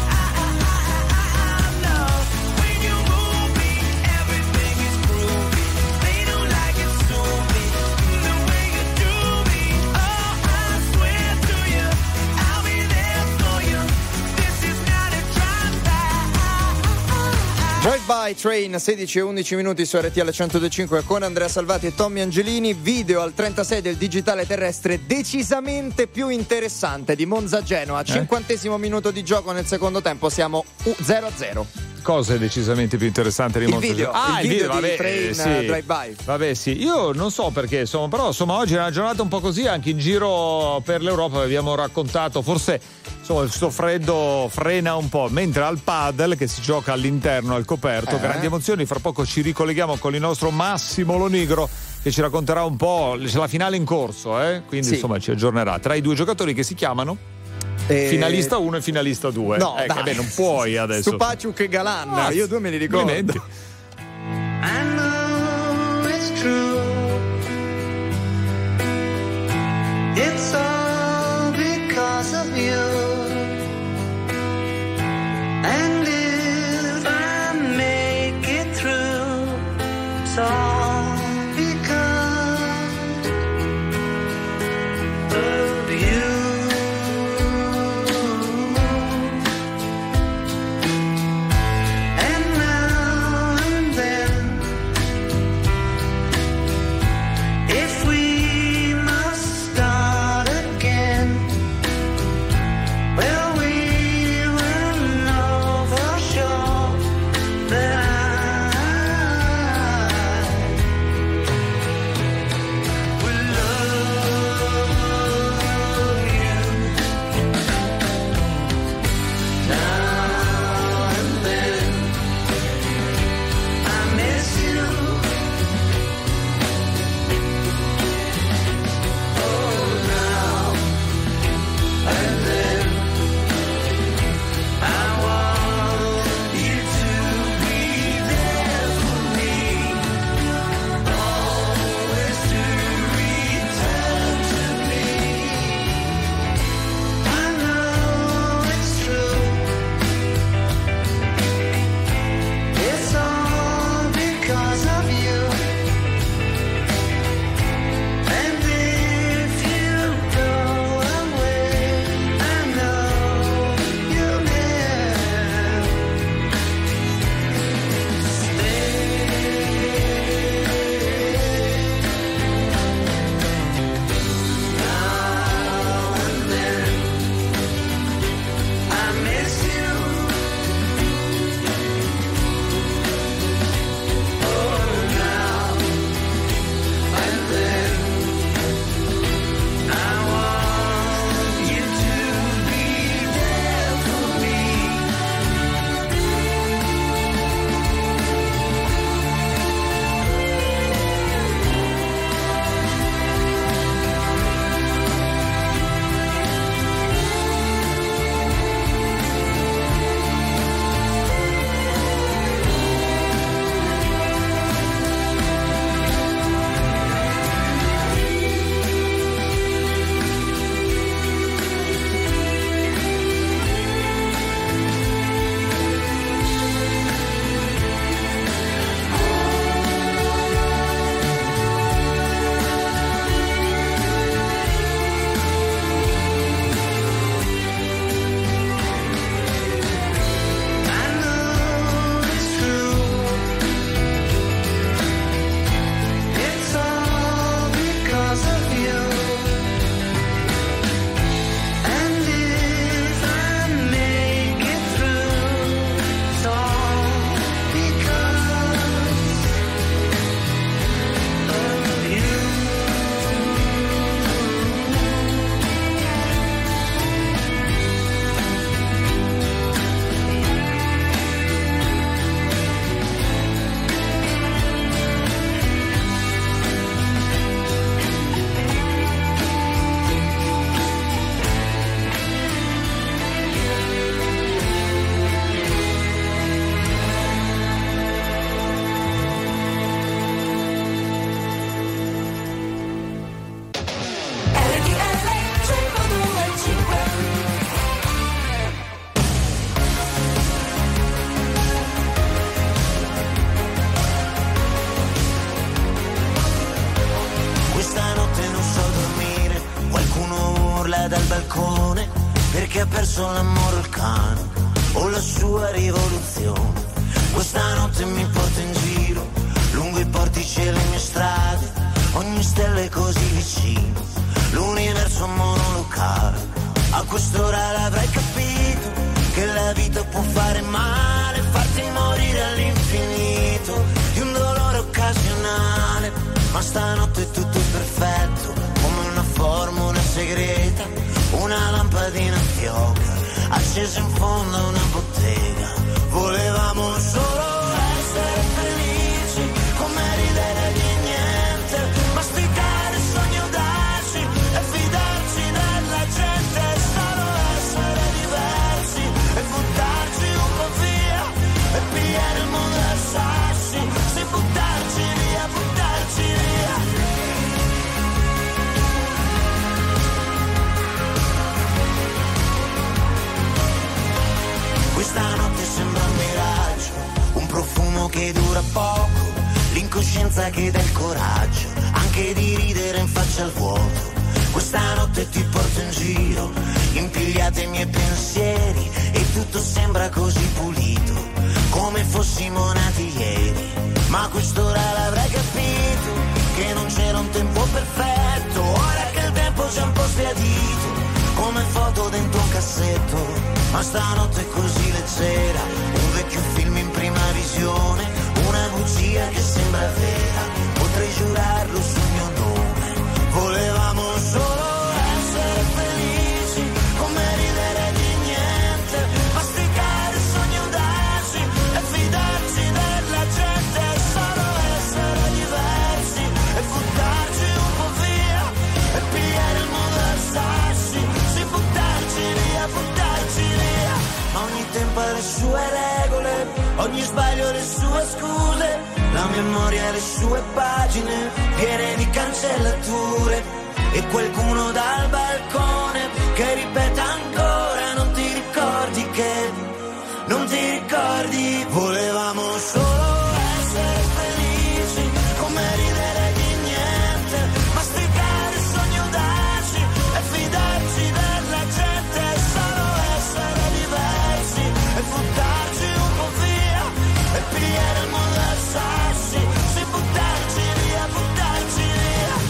Love, when you move me, everything is groovy. They don't like it, sue me, the way you do me. Oh, I swear to you, I'll be there for you. This is not a drive-by. Drive-by Train, 16 e 11 minuti su RTL 102.5 con Andrea Salvati e Tommy Angelini. Video al 36 del digitale terrestre decisamente più interessante di Monza Genoa. 50° minuto di gioco nel secondo tempo, siamo 0-0. Cosa è decisamente più interessante di Il Monza video, Genoa? il video di vabbè, Train sì. Drive-by. Vabbè, sì, io non so perché, insomma, però insomma oggi è una giornata un po' così anche in giro per l'Europa. Abbiamo raccontato, forse insomma questo freddo frena un po', mentre al padel, che si gioca all'interno al coperto, grandi emozioni. Fra poco ci ricolleghiamo con il nostro Massimo Lonigro, che ci racconterà un po', c'è la finale in corso, quindi Sì. insomma ci aggiornerà tra i due giocatori che si chiamano finalista 1 e finalista 2. No, dai. Beh, non puoi adesso. Stupaciuk e Galan, io due me li ricordo. Complimenti. I know it's true. It's all because of you. And if I make it through, it's all because of you. And now and then, if we must start again, urla dal balcone perché ha perso l'amore o il cane o la sua rivoluzione. Questa notte mi porto in giro lungo i portici e le mie strade, ogni stella è così vicino, l'universo monolocale. A quest'ora l'avrai capito che la vita può fare male, farti morire all'infinito di un dolore occasionale. Ma stanotte è tutto perfetto, come una formula segreta, una lampadina fioca accesa in fondo a una bottega. Volevamo solo essere felici, come ridere di niente, masticare il sogno audaci e fidarci della gente, solo essere diversi e buttarci un po' via e pigliare il mondo a sassi, sì, buttarci via, buttarci via. Questa notte sembra un miraggio, un profumo che dura poco, l'incoscienza che dà il coraggio anche di ridere in faccia al vuoto. Questa notte ti porto in giro, impigliate i miei pensieri e tutto sembra così pulito, come fossimo nati ieri. Ma a quest'ora l'avrai capito, che non c'era un tempo perfetto, ora che il tempo c'è un po' sbiadito, come foto dentro un cassetto. Ma stanotte è così leggera, un vecchio film in prima visione, una bugia che sembra vera, potrei giurarlo sul mio nome. Volevamo solo essere felici, come ridere di niente, masticare sogni audaci e fidarci della gente, solo essere diversi e buttarci un po' via e pigliare il mondo a sassi, sì, buttarci via, buttarci via. Ogni tempo ha le sue regole, ogni sbaglio le sue scuse, la memoria le sue pagine piene di cancellature e qualcuno dal balcone che ripete ancora: non ti ricordi che, non ti ricordi. Volevamo solo essere felici, come ridere di niente, masticare sogni audaci e fidarci della gente, solo essere diversi e buttarci un po' via e pigliare il mondo a sassi, sì, buttarci via, buttarci via.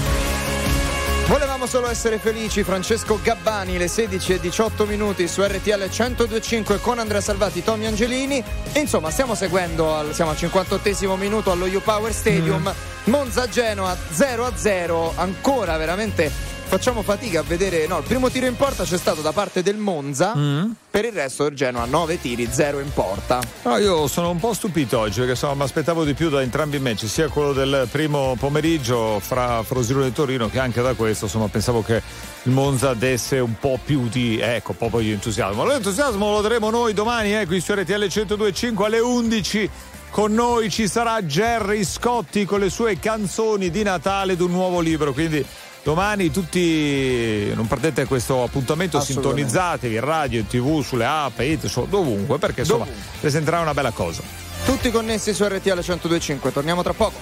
Volevamo solo essere felici, Francesco Gabbani, le 16:18 su RTL 102.5 con Andrea Salvati, Tommy Angelini. E insomma stiamo seguendo, siamo al 58esimo minuto allo U-Power Stadium, Monza-Genoa 0-0, ancora veramente facciamo fatica a vedere. No, il primo tiro in porta c'è stato da parte del Monza, per il resto del Genoa 9 tiri, 0 in porta. No, io sono un po' stupito oggi perché mi aspettavo di più da entrambi i match, sia quello del primo pomeriggio fra Frosinone e Torino che anche da questo. Insomma, pensavo che il Monza desse un po' più di proprio di entusiasmo. Ma l'entusiasmo lo daremo noi domani qui su RTL 102.5 alle 11. Con noi ci sarà Gerry Scotti con le sue canzoni di Natale d'un nuovo libro, quindi domani tutti non perdete questo appuntamento, sintonizzatevi in radio, in TV, sulle app, dovunque, perché insomma presenterà una bella cosa. Tutti connessi su RTL 102.5, torniamo tra poco.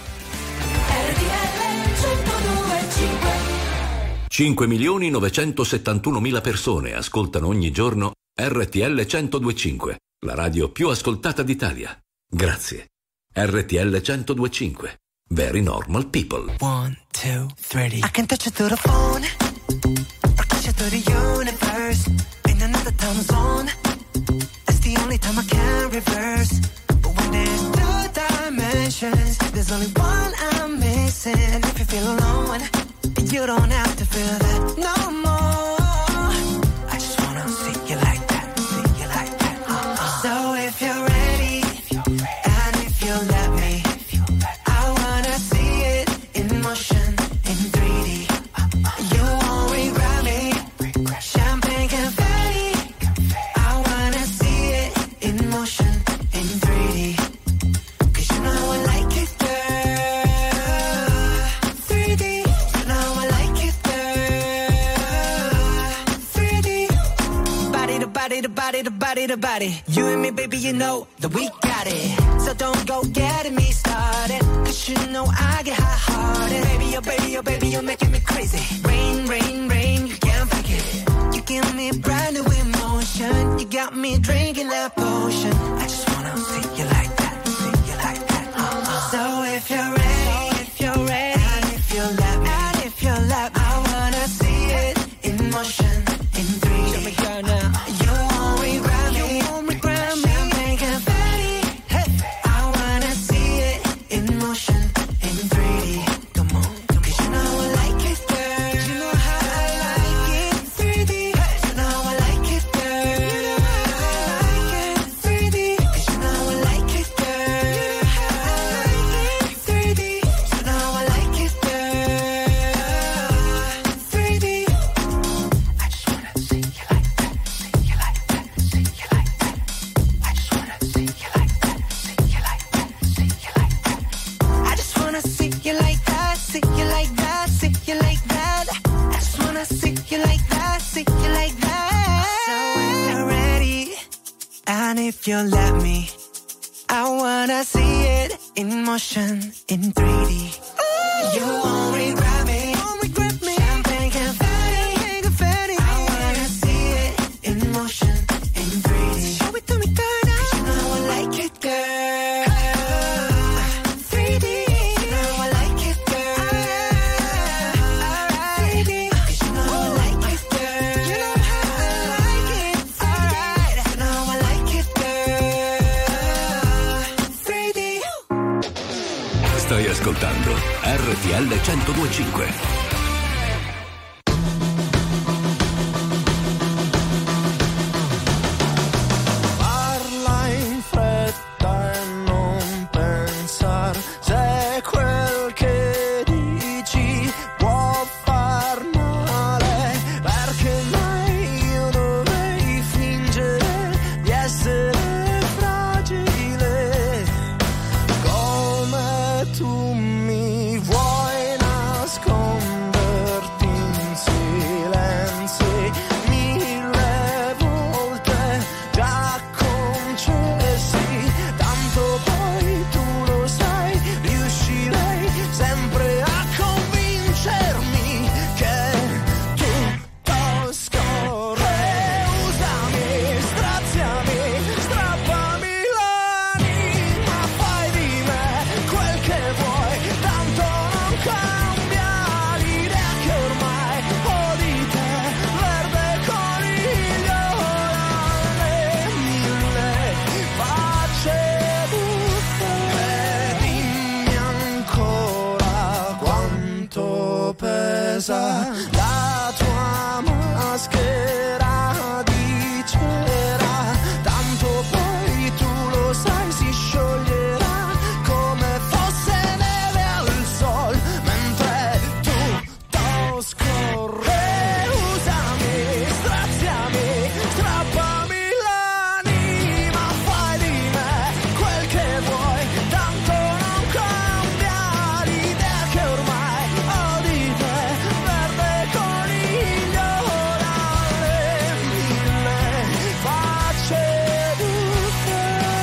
RTL 102.5. 5.971.000 persone ascoltano ogni giorno RTL 102.5, la radio più ascoltata d'Italia. Grazie. RTL 102.5. Very normal people. 1, 2, 3. I can touch it through the phone, or touch it through the universe. In another time zone, that's the only time I can reverse. But when there's 2 dimensions, there's only one I'm missing. And if you feel alone, you don't have to feel that no more. I just wanna see you like that, see you like that. So if you're ready, and if you let me, in 3D, you won't regret me. Champagne confetti, I wanna see it in motion in 3D. 'Cause you know I like it, girl. 3D, you know I like it, girl. 3D, body to body to body to body to body. You and me, baby, you know that we got it. So don't go getting me started, 'cause you know I get hot-hearted. Baby, oh baby, oh baby, you're making me crazy. Rain, rain, rain, you can't fake it. me brand new emotion. You got me drinking that potion. I just wanna see you like that, see you like that. So if you're ready, if you're ready, and if you let me, and if you let me, I wanna see it in motion, in 3D. Show me girl now. You won't regret me, you won't regret me. Champagne confetti, hey. I wanna see it in motion, in 3D. Come on, 'cause you know I like it, girl. You know how I like it, 3D. Hey. You know I like it, girl. You know how I like it, 3D. 'Cause you know I like it, girl. You know how I like it, 3D. You know I like it, girl. 3D. I just wanna see you like that, see you like that, see you like that. I just wanna see you like that, see you like that, see you like that. I just wanna see you like that, see you like that, see you like that. I just wanna see you like that, see you like that. So if you're ready, and if you let me, I wanna see it in motion, in 3D. You won't regret me, won't regret me. Champagne confetti, confetti. I wanna see it in motion, in 3D. Show it to me, girl. 'Cause you know I like it, girl. 3D. You know I like it, girl. 3D. 'Cause you know I like it, girl. You know how I like it. Alright. You know I like it, girl. 3D. Stai ascoltando RTL 102.5. Parla in fretta e non pensar se quel che dici può far male, perché mai io dovrei fingere di essere fragile come tu mi vuoi nasconderti in silenzi 1000 volte già concessi, tanto poi tu lo sai, riuscirei sempre a convincermi che tutto scorre. Usami, straziami, strappami l'anima, fai di me quel che vuoi, tanto non cambia l'idea che ormai ho di te, verde coniglio dalle 1000 facce buffe. Dimmi ancora quanto pesa la tua maschera di cera, tanto poi tu lo sai si scioglierà come fosse neve al sol, mentre tutto scorre. Usami, straziami, strappami l'anima, fai di me quel che vuoi, tanto non cambia l'idea che ormai ho di te, verde coniglio dalle 1000 facce buffe.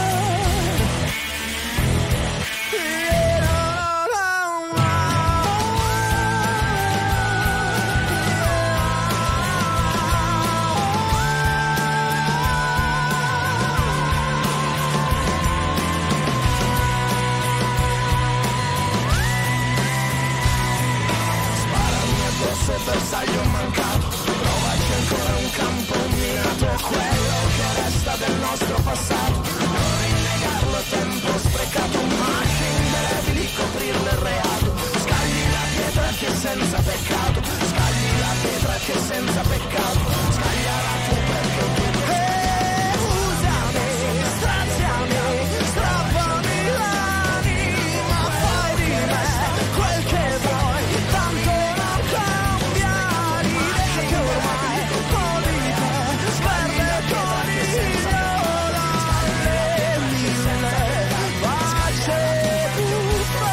Sparami addosso e bersaglio mancato, provaci ancora un campo minato, è quello che resta del nostro passato, non rinnegarlo è tempo sprecato, macchie indelebili coprirlo è reato, scagli la pietra che è senza peccato, scagli la pietra che è senza peccato, scagliala tu perché tu usami, straziami, strappami l'anima, fai di me quel che vuoi, tanto non cambia l'idea che ormai ho di te, verde coniglio dalle 1000 facce buffe.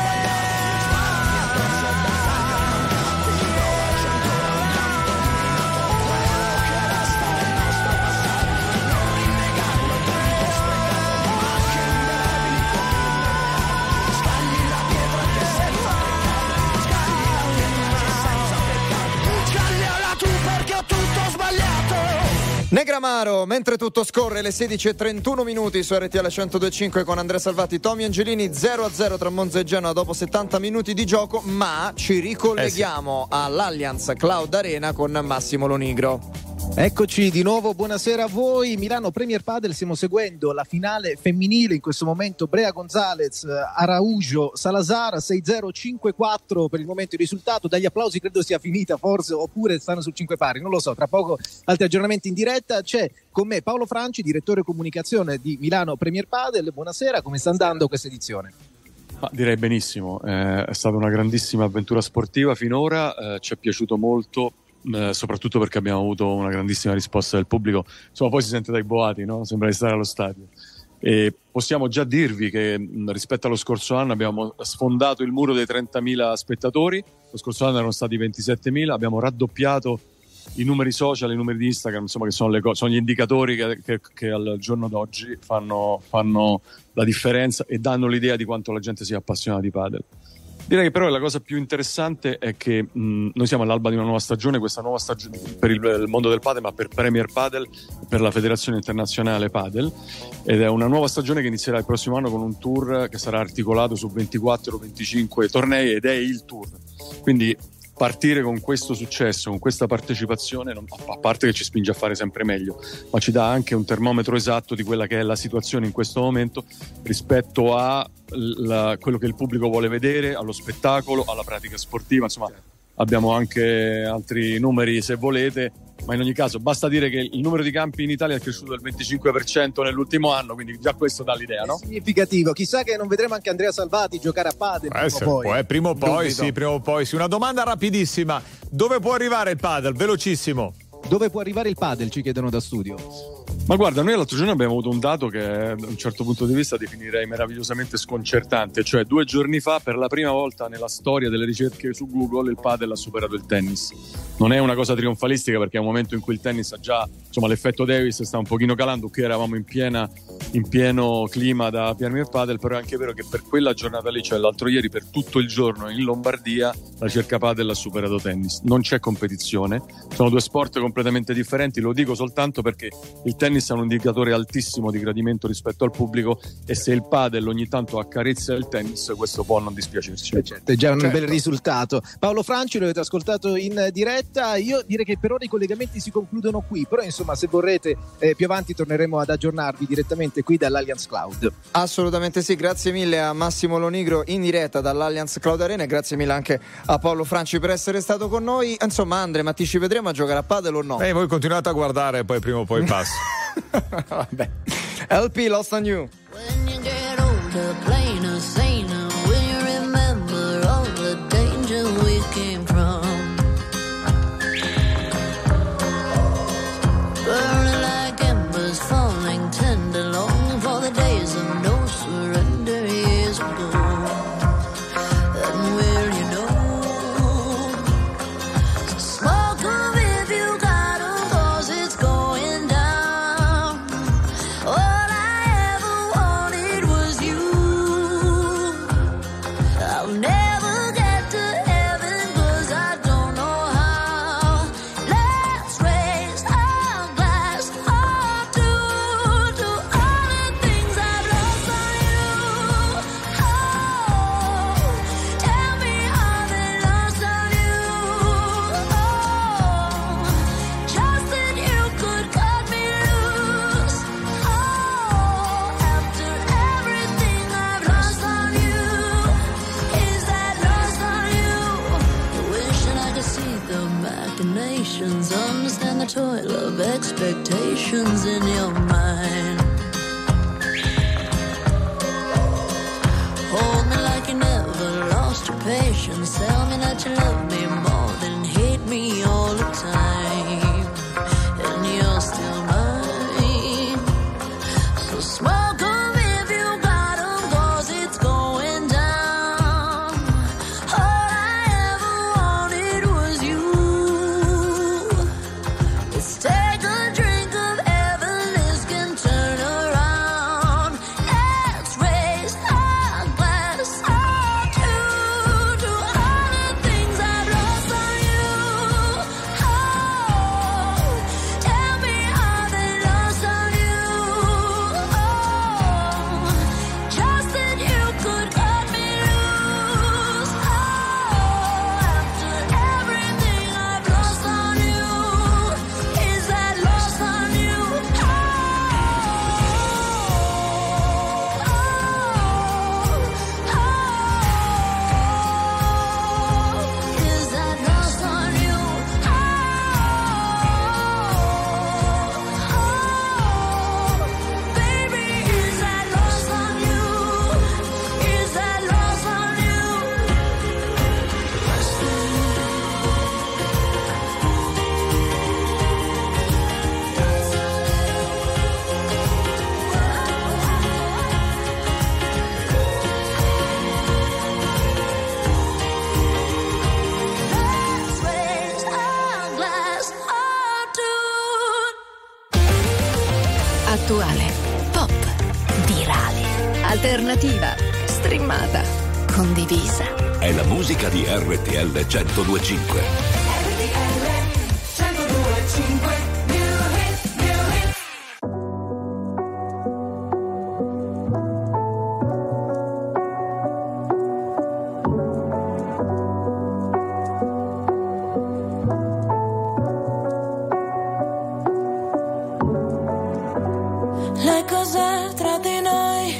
Negramaro, mentre tutto scorre, le 16:31 minuti su RTL 102.5 con Andrea Salvati, Tommy Angelini, 0-0 tra Monza e Genoa dopo 70 minuti di gioco, ma ci ricolleghiamo all'Allianz Cloud Arena con Massimo Lonigro. Eccoci di nuovo, buonasera a voi. Milano Premier Padel, stiamo seguendo la finale femminile, in questo momento Brea Gonzalez, Araujo, Salazar, 6-0, 5-4 per il momento il risultato. Dagli applausi credo sia finita forse, oppure stanno sul 5 pari, non lo so, tra poco altri aggiornamenti in diretta. C'è con me Paolo Franci, direttore comunicazione di Milano Premier Padel. Buonasera, come sta andando questa edizione? Direi benissimo, è stata una grandissima avventura sportiva finora, ci è piaciuto molto. Soprattutto perché abbiamo avuto una grandissima risposta del pubblico, insomma poi si sente dai boati, no? Sembra di stare allo stadio, e possiamo già dirvi che rispetto allo scorso anno abbiamo sfondato il muro dei 30.000 spettatori. Lo scorso anno erano stati 27.000, abbiamo raddoppiato i numeri social, i numeri di Instagram, insomma, che sono sono gli indicatori che al giorno d'oggi fanno la differenza e danno l'idea di quanto la gente sia appassionata di padel. Direi che però la cosa più interessante è che noi siamo all'alba di una nuova stagione, questa nuova stagione per il mondo del padel, ma per Premier Padel, per la Federazione Internazionale Padel, ed è una nuova stagione che inizierà il prossimo anno con un tour che sarà articolato su 24-25 tornei, ed è il tour. Quindi partire con questo successo, con questa partecipazione, a parte che ci spinge a fare sempre meglio, ma ci dà anche un termometro esatto di quella che è la situazione in questo momento rispetto a quello che il pubblico vuole vedere, allo spettacolo, alla pratica sportiva. Insomma, abbiamo anche altri numeri se volete, ma in ogni caso basta dire che il numero di campi in Italia è cresciuto del 25% nell'ultimo anno, quindi già questo dà l'idea, no? Significativo. Chissà che non vedremo anche Andrea Salvati giocare a padel prima o poi sì. Una domanda rapidissima: dove può arrivare il padel? Velocissimo. Dove può arrivare il padel, ci chiedono da studio. Ma guarda, noi l'altro giorno abbiamo avuto un dato che da un certo punto di vista definirei meravigliosamente sconcertante, cioè 2 giorni fa per la prima volta nella storia delle ricerche su Google il padel ha superato il tennis. Non è una cosa trionfalistica, perché è un momento in cui il tennis ha già, insomma, l'effetto Davis sta un pochino calando, qui eravamo in pieno clima da Premier Padel, però è anche vero che per quella giornata lì, cioè l'altro ieri, per tutto il giorno in Lombardia la ricerca padel ha superato tennis. Non c'è competizione, sono 2 sport completamente differenti, lo dico soltanto perché il tennis ha un indicatore altissimo di gradimento rispetto al pubblico, e se il padel ogni tanto accarezza il tennis, questo può non dispiacerci. Certo, è già un bel risultato. Paolo Franci, lo avete ascoltato in diretta. Io direi che per ora i collegamenti si concludono qui, però insomma, se vorrete più avanti torneremo ad aggiornarvi direttamente qui dall'Allianz Cloud. Assolutamente sì, grazie mille a Massimo Lonigro in diretta dall'Allianz Cloud Arena, e grazie mille anche a Paolo Franci per essere stato con noi. Insomma, Andre, ma ti ci vedremo a giocare a padel o no? Voi continuate a guardare, poi prima o poi passa. Vabbè. LP, Lost on You. When you get older, plainer, saner, will you remember all the danger we came from? Burning like embers, falling tender, longing for the days of no surrender years ago. And will you know? So smoke 'em if you got 'em, 'cause it's going down. All I ever wanted was you. I'll never get to heaven 'cause I don't know how. Let's raise our glass or two to all the things I've lost on you. Oh, tell me how they lost on you. Oh, just that you could cut me loose. Oh, after everything I've lost on you, is that lost on you? Wishing I could see the machinations, understand the toil of expectations in your mind. Hold me like you never lost your patience. Tell me that you love me more than hate me all the time. And you're still mine. So smoke 'em if you got 'em, 'cause it's going down. All I ever wanted was you. Let's take a drink of heaven, this can turn around. Let's raise our glass or two to all the things I Attuale, pop, virale, alternativa, streamata, condivisa. È la musica di RTL 102.5. Le cose tra di noi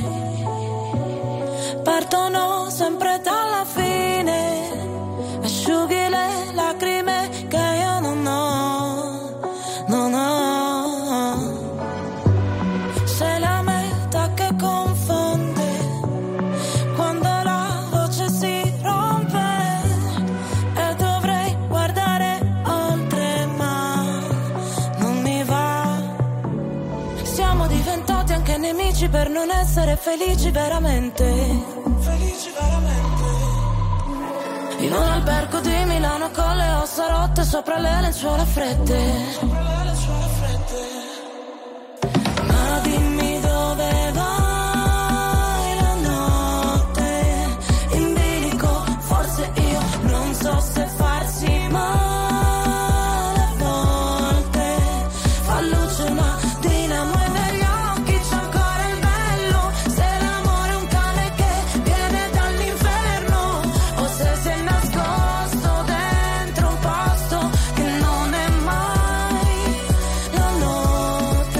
partono sempre dalla fine, asciughi le lacrime che io non ho, non ho. Sei la meta che confonde quando la voce si rompe e dovrei guardare oltre ma non mi va. Siamo diventati anche nemici per non essere felici veramente. Felici veramente. In un albergo di Milano con le ossa rotte sopra le lenzuola fredde. Ma dimmi dove vai la notte in bilico, forse io non so se farsi male a volte. Fa luce una dinamo e negli occhi c'è ancora il bello. Se l'amore è un cane che viene dall'inferno o se si è nascosto dentro un posto che non è mai la notte.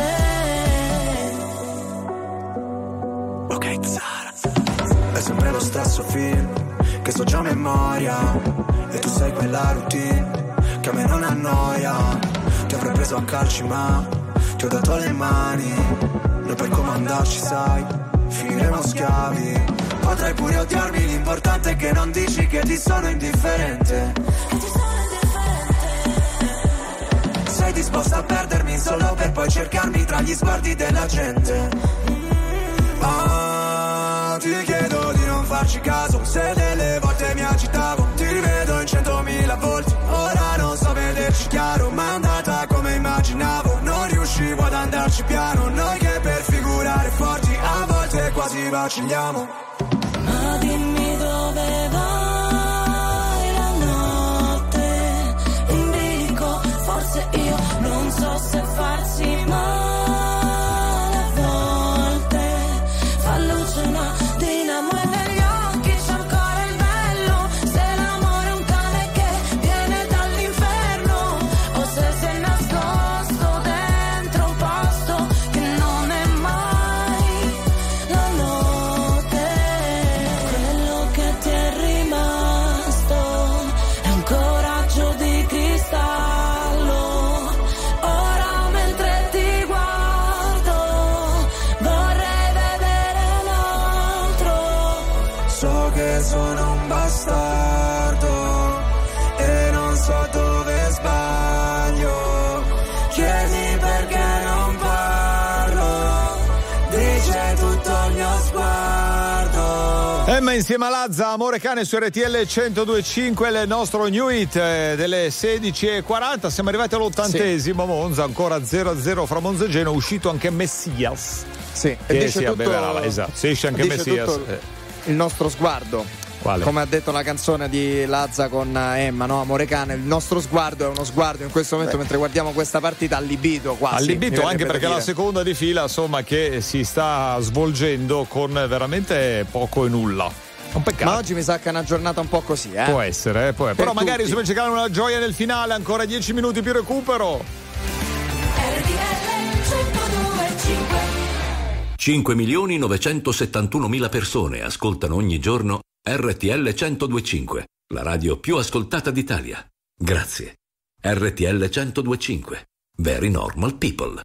Ok, Zara. È sempre lo stesso film che so già a memoria e tu sai quella routine che a me non annoia. Ti avrei preso a calci ma ti ho dato le mani. Noi per comandarci sai finiremo schiavi. Potrai pure odiarmi, l'importante è che non dici che ti sono indifferente. Sei disposta a perdermi solo per poi cercarmi tra gli sguardi della gente. Ti chiedo di non farci caso, se delle volte mi agitavo. Ti rivedo in 100.000 volti, ora non so vederci chiaro. Ma è andata come immaginavo, non riuscivo ad andarci piano. Noi che per figurare forti a volte quasi vacilliamo. Ma dimmi dove vai la notte in bilico, forse io non so se farsi male a volte. Fa luce una dinamo e negli occhi c'è ancora il bello. Se l'amore è un cane che viene dall'inferno o se si è nascosto dentro un posto che non è mai la notte. Quello che ti è rimasto è un coraggio di cristallo. Ora mentre ti guardo vorrei vedere un altro. So che sono un bastardo e non so dove sbaglio. Chiedi perché non parlo, dice tutto il mio sguardo. Emma insieme a Lazza, Amore Cane su RTL 102.5, il nostro new hit delle 16.40. Siamo arrivati all'80esimo, Monza ancora 0-0 fra Monza e Genoa, uscito anche Messias. Sì, Che e dice si tutto, abbeverava, esatto, si esce anche dice Messias. tutto il nostro sguardo. Quale? Come ha detto la canzone di Lazza con Emma, no? Amore Cane, il nostro sguardo è uno sguardo in questo momento mentre guardiamo questa partita allibito quasi. Allibito anche perché dire. la seconda di fila, insomma, che si sta svolgendo con veramente poco e nulla. Un peccato. Ma oggi mi sa che è una giornata un po' così, Può essere, però Per magari tutti. si può cercare una gioia nel finale, ancora 10 minuti più recupero. RTL 102.5. 5.971.000 persone ascoltano ogni giorno RTL 102.5, la radio più ascoltata d'Italia. Grazie. RTL 102.5. Very normal people.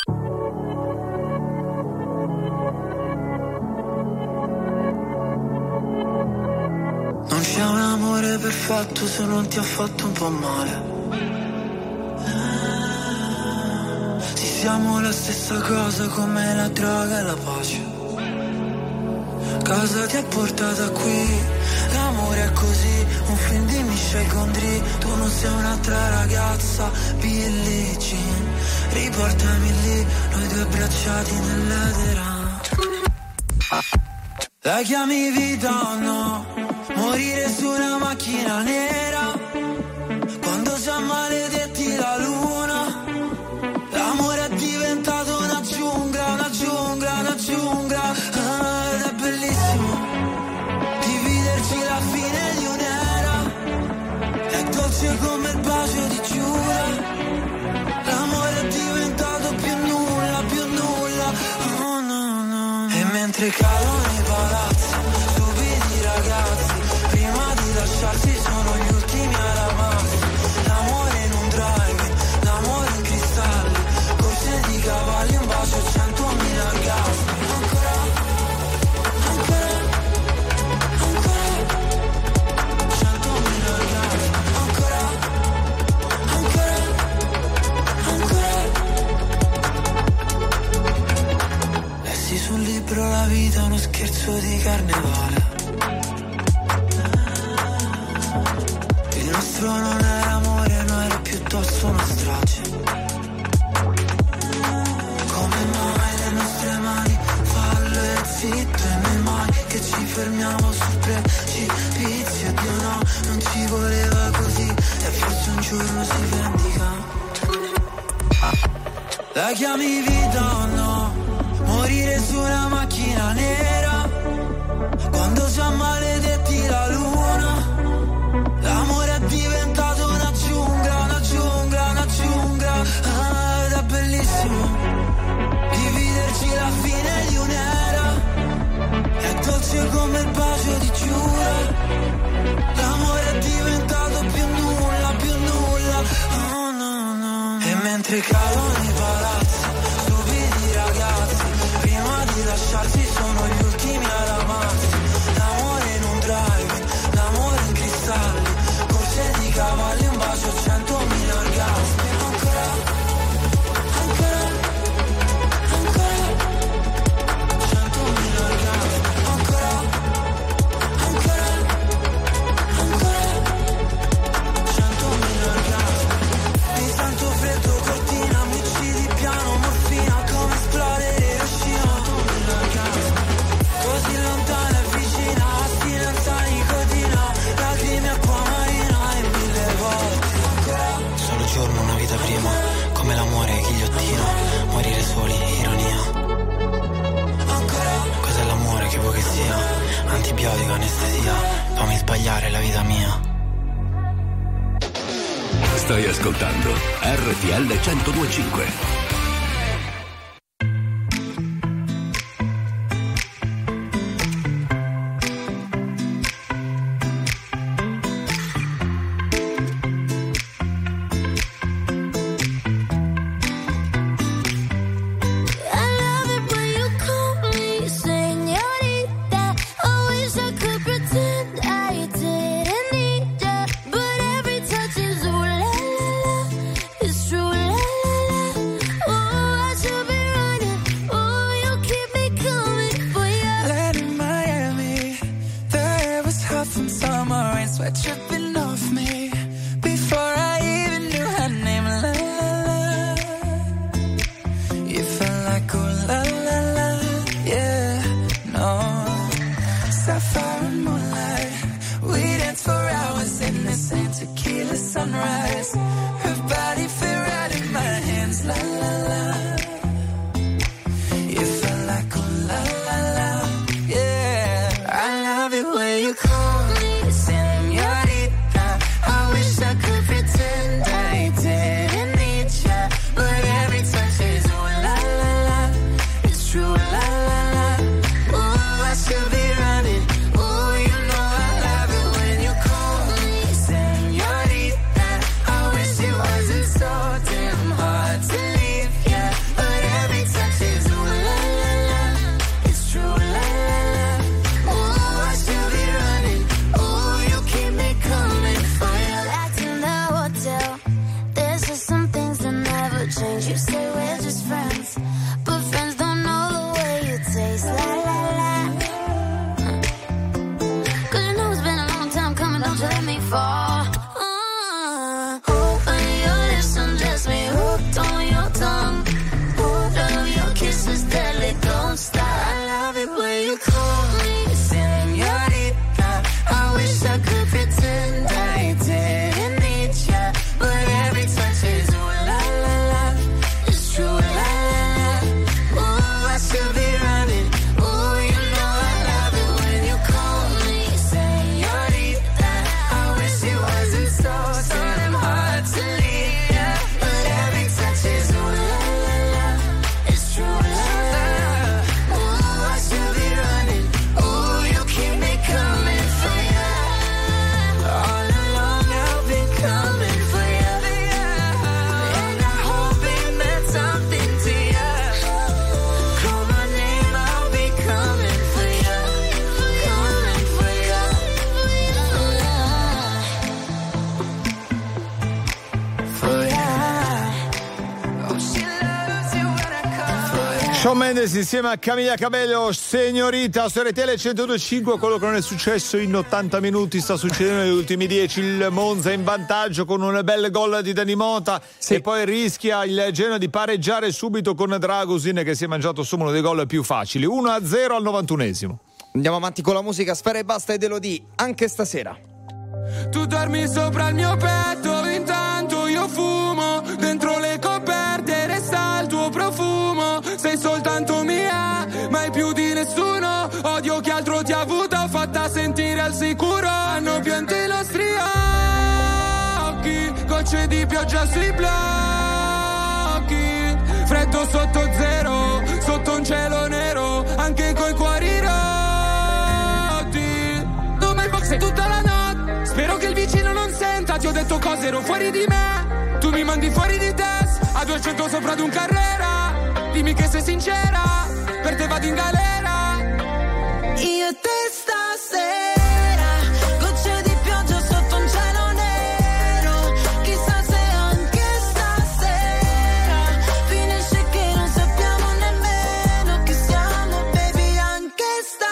Non c'è un amore perfetto se non ti ha fatto un po' male. Sì, siamo la stessa cosa come la droga e la pace. Cosa ti ha portata qui? L'amore è così, un film di Michel Gondry. Tu non sei un'altra ragazza, Billie Jean. riportami lì, noi due abbracciati nell'edera. La chiami vita o no? Morire su una macchina nera, quando già maledetti la luna. L'amore è diventato una giungla, una giungla, una giungla, ed è bellissimo dividerci la fine di un'era. È dolce come il bacio di Giura. L'amore è diventato più nulla, oh no, no. E mentre cadono i palazzi, stupidi ragazzi, prima di lasciarsi sono gli ultimi ad amarsi. L'amore in un drive, l'amore in cristalli, corse di cavalli, un bacio, 100.000 orgasmi. Ancora, ancora, ancora, 100.000 orgasmi. Ancora, ancora, ancora. Lessi sul libro La vita è uno scherzo di carnevale. Il nostro non era amore, no, era piuttosto una strage. Come mai le nostre mani fallo e zitto, e noi mai che ci fermiamo sul precipizio. Dio no, non ci voleva così, e forse un giorno si vendica. La chiami vita o no? Morire su una macchina nera, quando già maledetti la luna. L'amore è diventato una giungla, una giungla, una giungla, ed è bellissimo dividerci la fine di un'era. È dolce come il bacio di Giura. L'amore è diventato più nulla, oh no, no. E mentre cadono i palazzi, stupidi ragazzi, prima di lasciarsi sono gli ultimi ad amarsi. L'amore in un drive, l'amore in cristalli, corse di cavalli, un bacio, 100.000 orgasmi. Ancora, ancora, ancora, 100.000 orgasmi. Ancora, ancora, ancora, 100.000 orgasmi. Mi sento freddo, cortina, mi uccidi piano, morfina, come esplodere Hiroshima. 100.000 orgasmi. Così lontana e vicina, astinenza, nicotina, lacrime, acqua marina e 1000 volte. Solo giorno, una vita prima, come l'amore, ghigliottina, morire soli, ironia. Ancora. Cos'è l'amore, che vuoi che sia? Antibiotico, anestesia, fammi sbagliare la vita mia. Stai ascoltando RTL 102.5. You call me señorita. Shawn Mendes insieme a Camilla Cabello, Signorita, su RTL 102.5. Quello che non è successo in 80 minuti sta succedendo negli ultimi 10. Il Monza in vantaggio con un bel gol di Dani Mota, e poi rischia il Genoa di pareggiare subito con Dragusin, che si è mangiato su uno dei gol più facili. 1-0 al 91esimo. Andiamo avanti con la musica. Sfera e Basta ed Elodie anche stasera. Tu dormi sopra il mio petto, intanto io fumo. Dentro le coperte resta il tuo profumo. Sei soltanto mia, mai più di nessuno. Odio chi altro ti ha avuta, fatta sentire al sicuro. Hanno pianto i nostri occhi, gocce di pioggia sui blocchi. Freddo sotto zero, sotto un cielo nero, anche coi cuori rotti. Tu mai boxi tutta la notte, spero che il vicino non senta. Ti ho detto cose, ero fuori di me. Tu mi mandi fuori di testa, a 200 sopra di un Carrera. Dimmi che sei sincera, per te vado in galera. Io e te stasera, gocce di pioggia sotto un cielo nero. Chissà se anche stasera finisce che non sappiamo nemmeno chi siamo, baby. Anche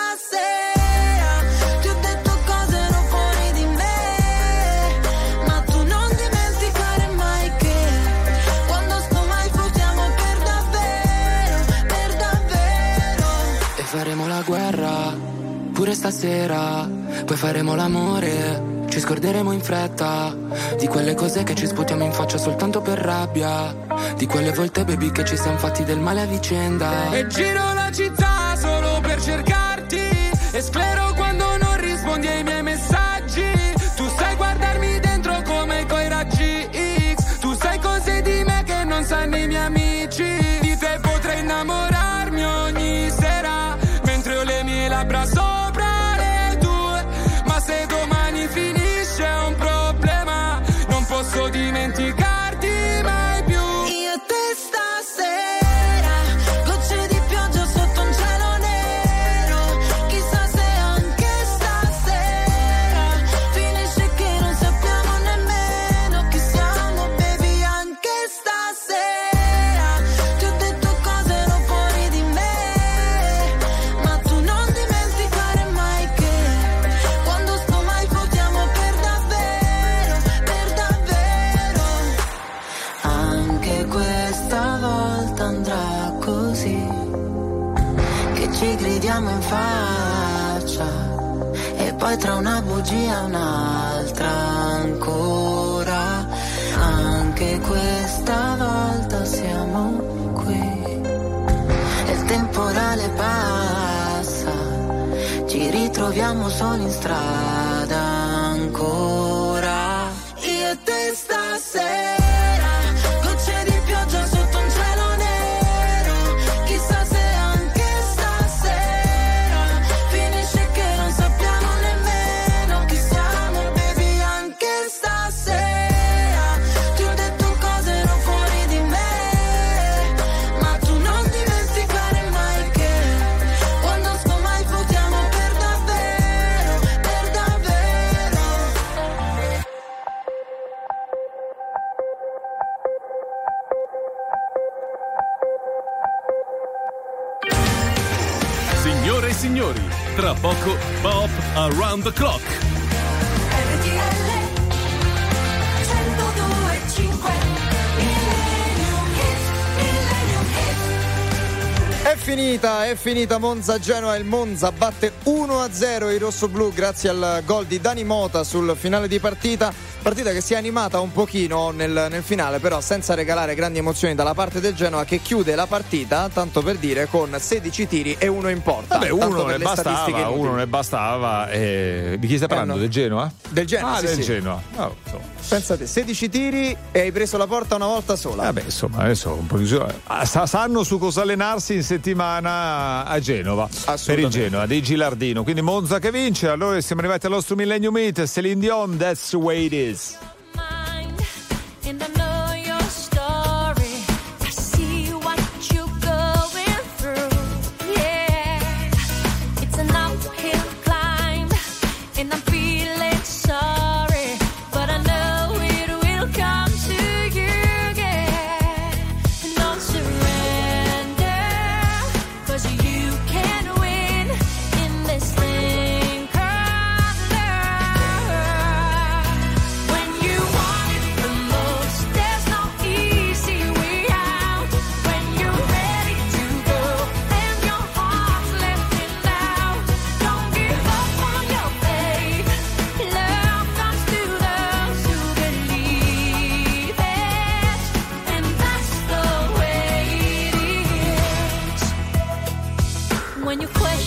stasera ti ho detto cose ero fuori di me, ma tu non dimenticare mai che quando sto mai votiamo per davvero, per davvero. E faremo la guerra pure stasera, poi faremo l'amore, ci scorderemo in fretta di quelle cose che ci sputiamo in faccia soltanto per rabbia, di quelle volte baby che ci siamo fatti del male a vicenda. E giro la città solo per cercarti, e sclero quando non rispondi ai miei messaggi. Tu sai guardarmi dentro come coi raggi X, tu sai cose di me che non sanno i miei amici. Di te potrei innamorarmi ogni sera, mentre ho le mie labbra sopra le tue. Ma se domani finisce è un problema, non posso dimenticarti mai più. Io e te stasera, gocce di pioggia sotto un cielo nero. Chissà se anche stasera finisce che non sappiamo nemmeno chi siamo, baby. Anche stasera ti ho detto cose ero fuori di me, ma tu non dimenticare mai che quando sto mai votiamo per davvero, per davvero. Anche questa volta andrà così, che ci gridiamo in faccia e poi tra una bugia e un'altra ancora. Anche questa volta siamo qui e il temporale passa, ci ritroviamo soli in strada ancora. Io e te stasera, gocce di pioggia sotto un cielo nero. Chissà se anche stasera finisce che non sappiamo nemmeno chi siamo, baby. Anche stasera ti ho detto cose ero fuori di me, ma tu non dimenticare mai che quando sto mai votiamo per davvero, per davvero. Signore e signori, tra poco Pop Around the Clock. RTL 102.5 Millennium Hit. È finita Monza-Genoa, il Monza batte 1-0 i rossoblù grazie al gol di Dani Mota sul finale di partita che si è animata un pochino nel finale, però senza regalare grandi emozioni dalla parte del Genoa, che chiude la partita, tanto per dire, con 16 tiri e uno in porta. Vabbè, uno ne bastava. Di chi stai parlando? no. Del Genoa? Del Genoa, sì, del sì. Genoa. Pensate, 16 tiri e hai preso la porta una volta sola. Vabbè, insomma, adesso un po' di sanno su cosa allenarsi in settimana a Genova per il Genoa dei Gilardino. Quindi Monza che vince. Allora siamo arrivati al nostro Millennium Hit. Celine Dion, That's the Way It Is. And I know your story. I see what you're going through. Yeah, it's an uphill climb, and I'm feeling sorry, but I know it will come to you. Yeah, and don't surrender.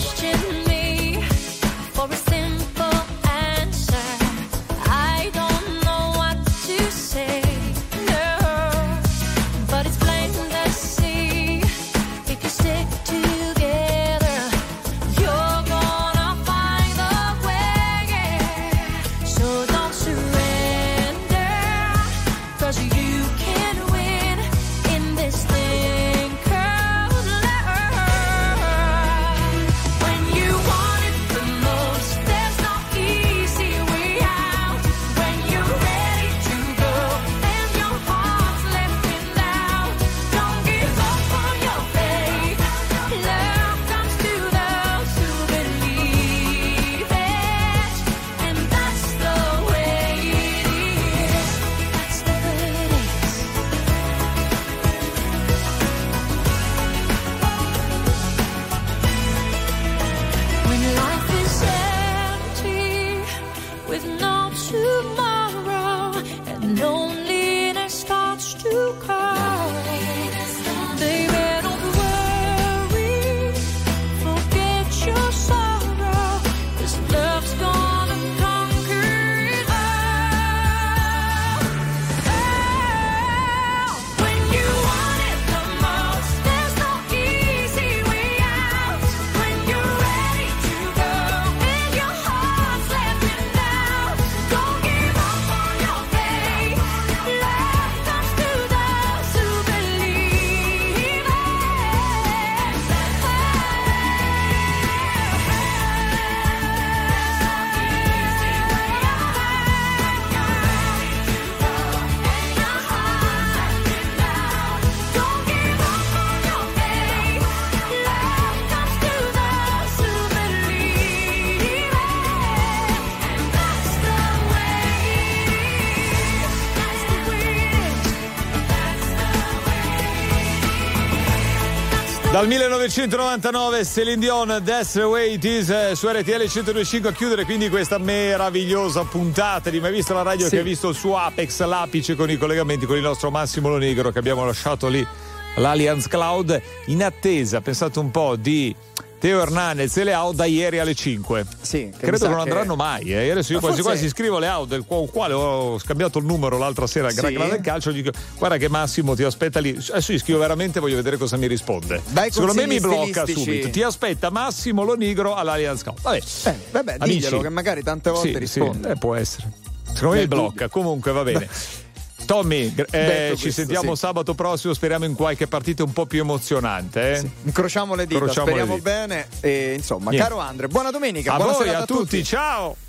question me for a simple answer. I don't know what to say, no, but it's plain to see if you stick together, you're gonna find a way. So don't surrender, 'cause you can win in this thing called love. When you want it the most, there's no easy way out. When you're ready to go and your heart's left out, don't give up on your faith. Love comes to those who believe it, and that's the way it is. That's the way it is. When life is empty with no tomorrow and loneliness starts to call, baby, don't worry, forget your sorrow, 'cause love's gonna conquer it all. When you want it the most, there's no easy way out. When you're ready to go and your heart's left out, don't give up on your faith. Love comes to those who believe it. Dal 1999 Celine Dion, That's the Way It Is, su RTL 102.5 a chiudere quindi questa meravigliosa puntata di Mai Visto la Radio, Sì. che ha visto il suo apex, l'apice con i collegamenti con il nostro Massimo Lo Negro, che abbiamo lasciato lì all'Allianz Cloud in attesa, pensate un po', di Teo Hernandez e le AO da ieri alle 5. Sì, credo che non andranno mai. Adesso io Ma quasi forse- quasi scrivo le AO del quale ho scambiato il numero l'altra sera al Sì. Gran del Calcio, dico guarda che Massimo ti aspetta lì. Adesso gli scrivo veramente, voglio vedere cosa mi risponde. Dai, secondo me mi consigli blocca stilistici. subito. Ti aspetta Massimo Lo Negro all'Allianz Cloud. Vabbè, Amici. diglielo che magari tante volte Sì, risponde. sì, può essere. Secondo me mi blocca. Comunque va bene. Tommy, Detto ci questo, sentiamo sì. sabato prossimo, speriamo in qualche partita un po' più emozionante. Incrociamo le dita, Incrociamo le speriamo dita. bene. E insomma, Niente. caro Andre, buona domenica. A buona voi, serata a tutti, ciao!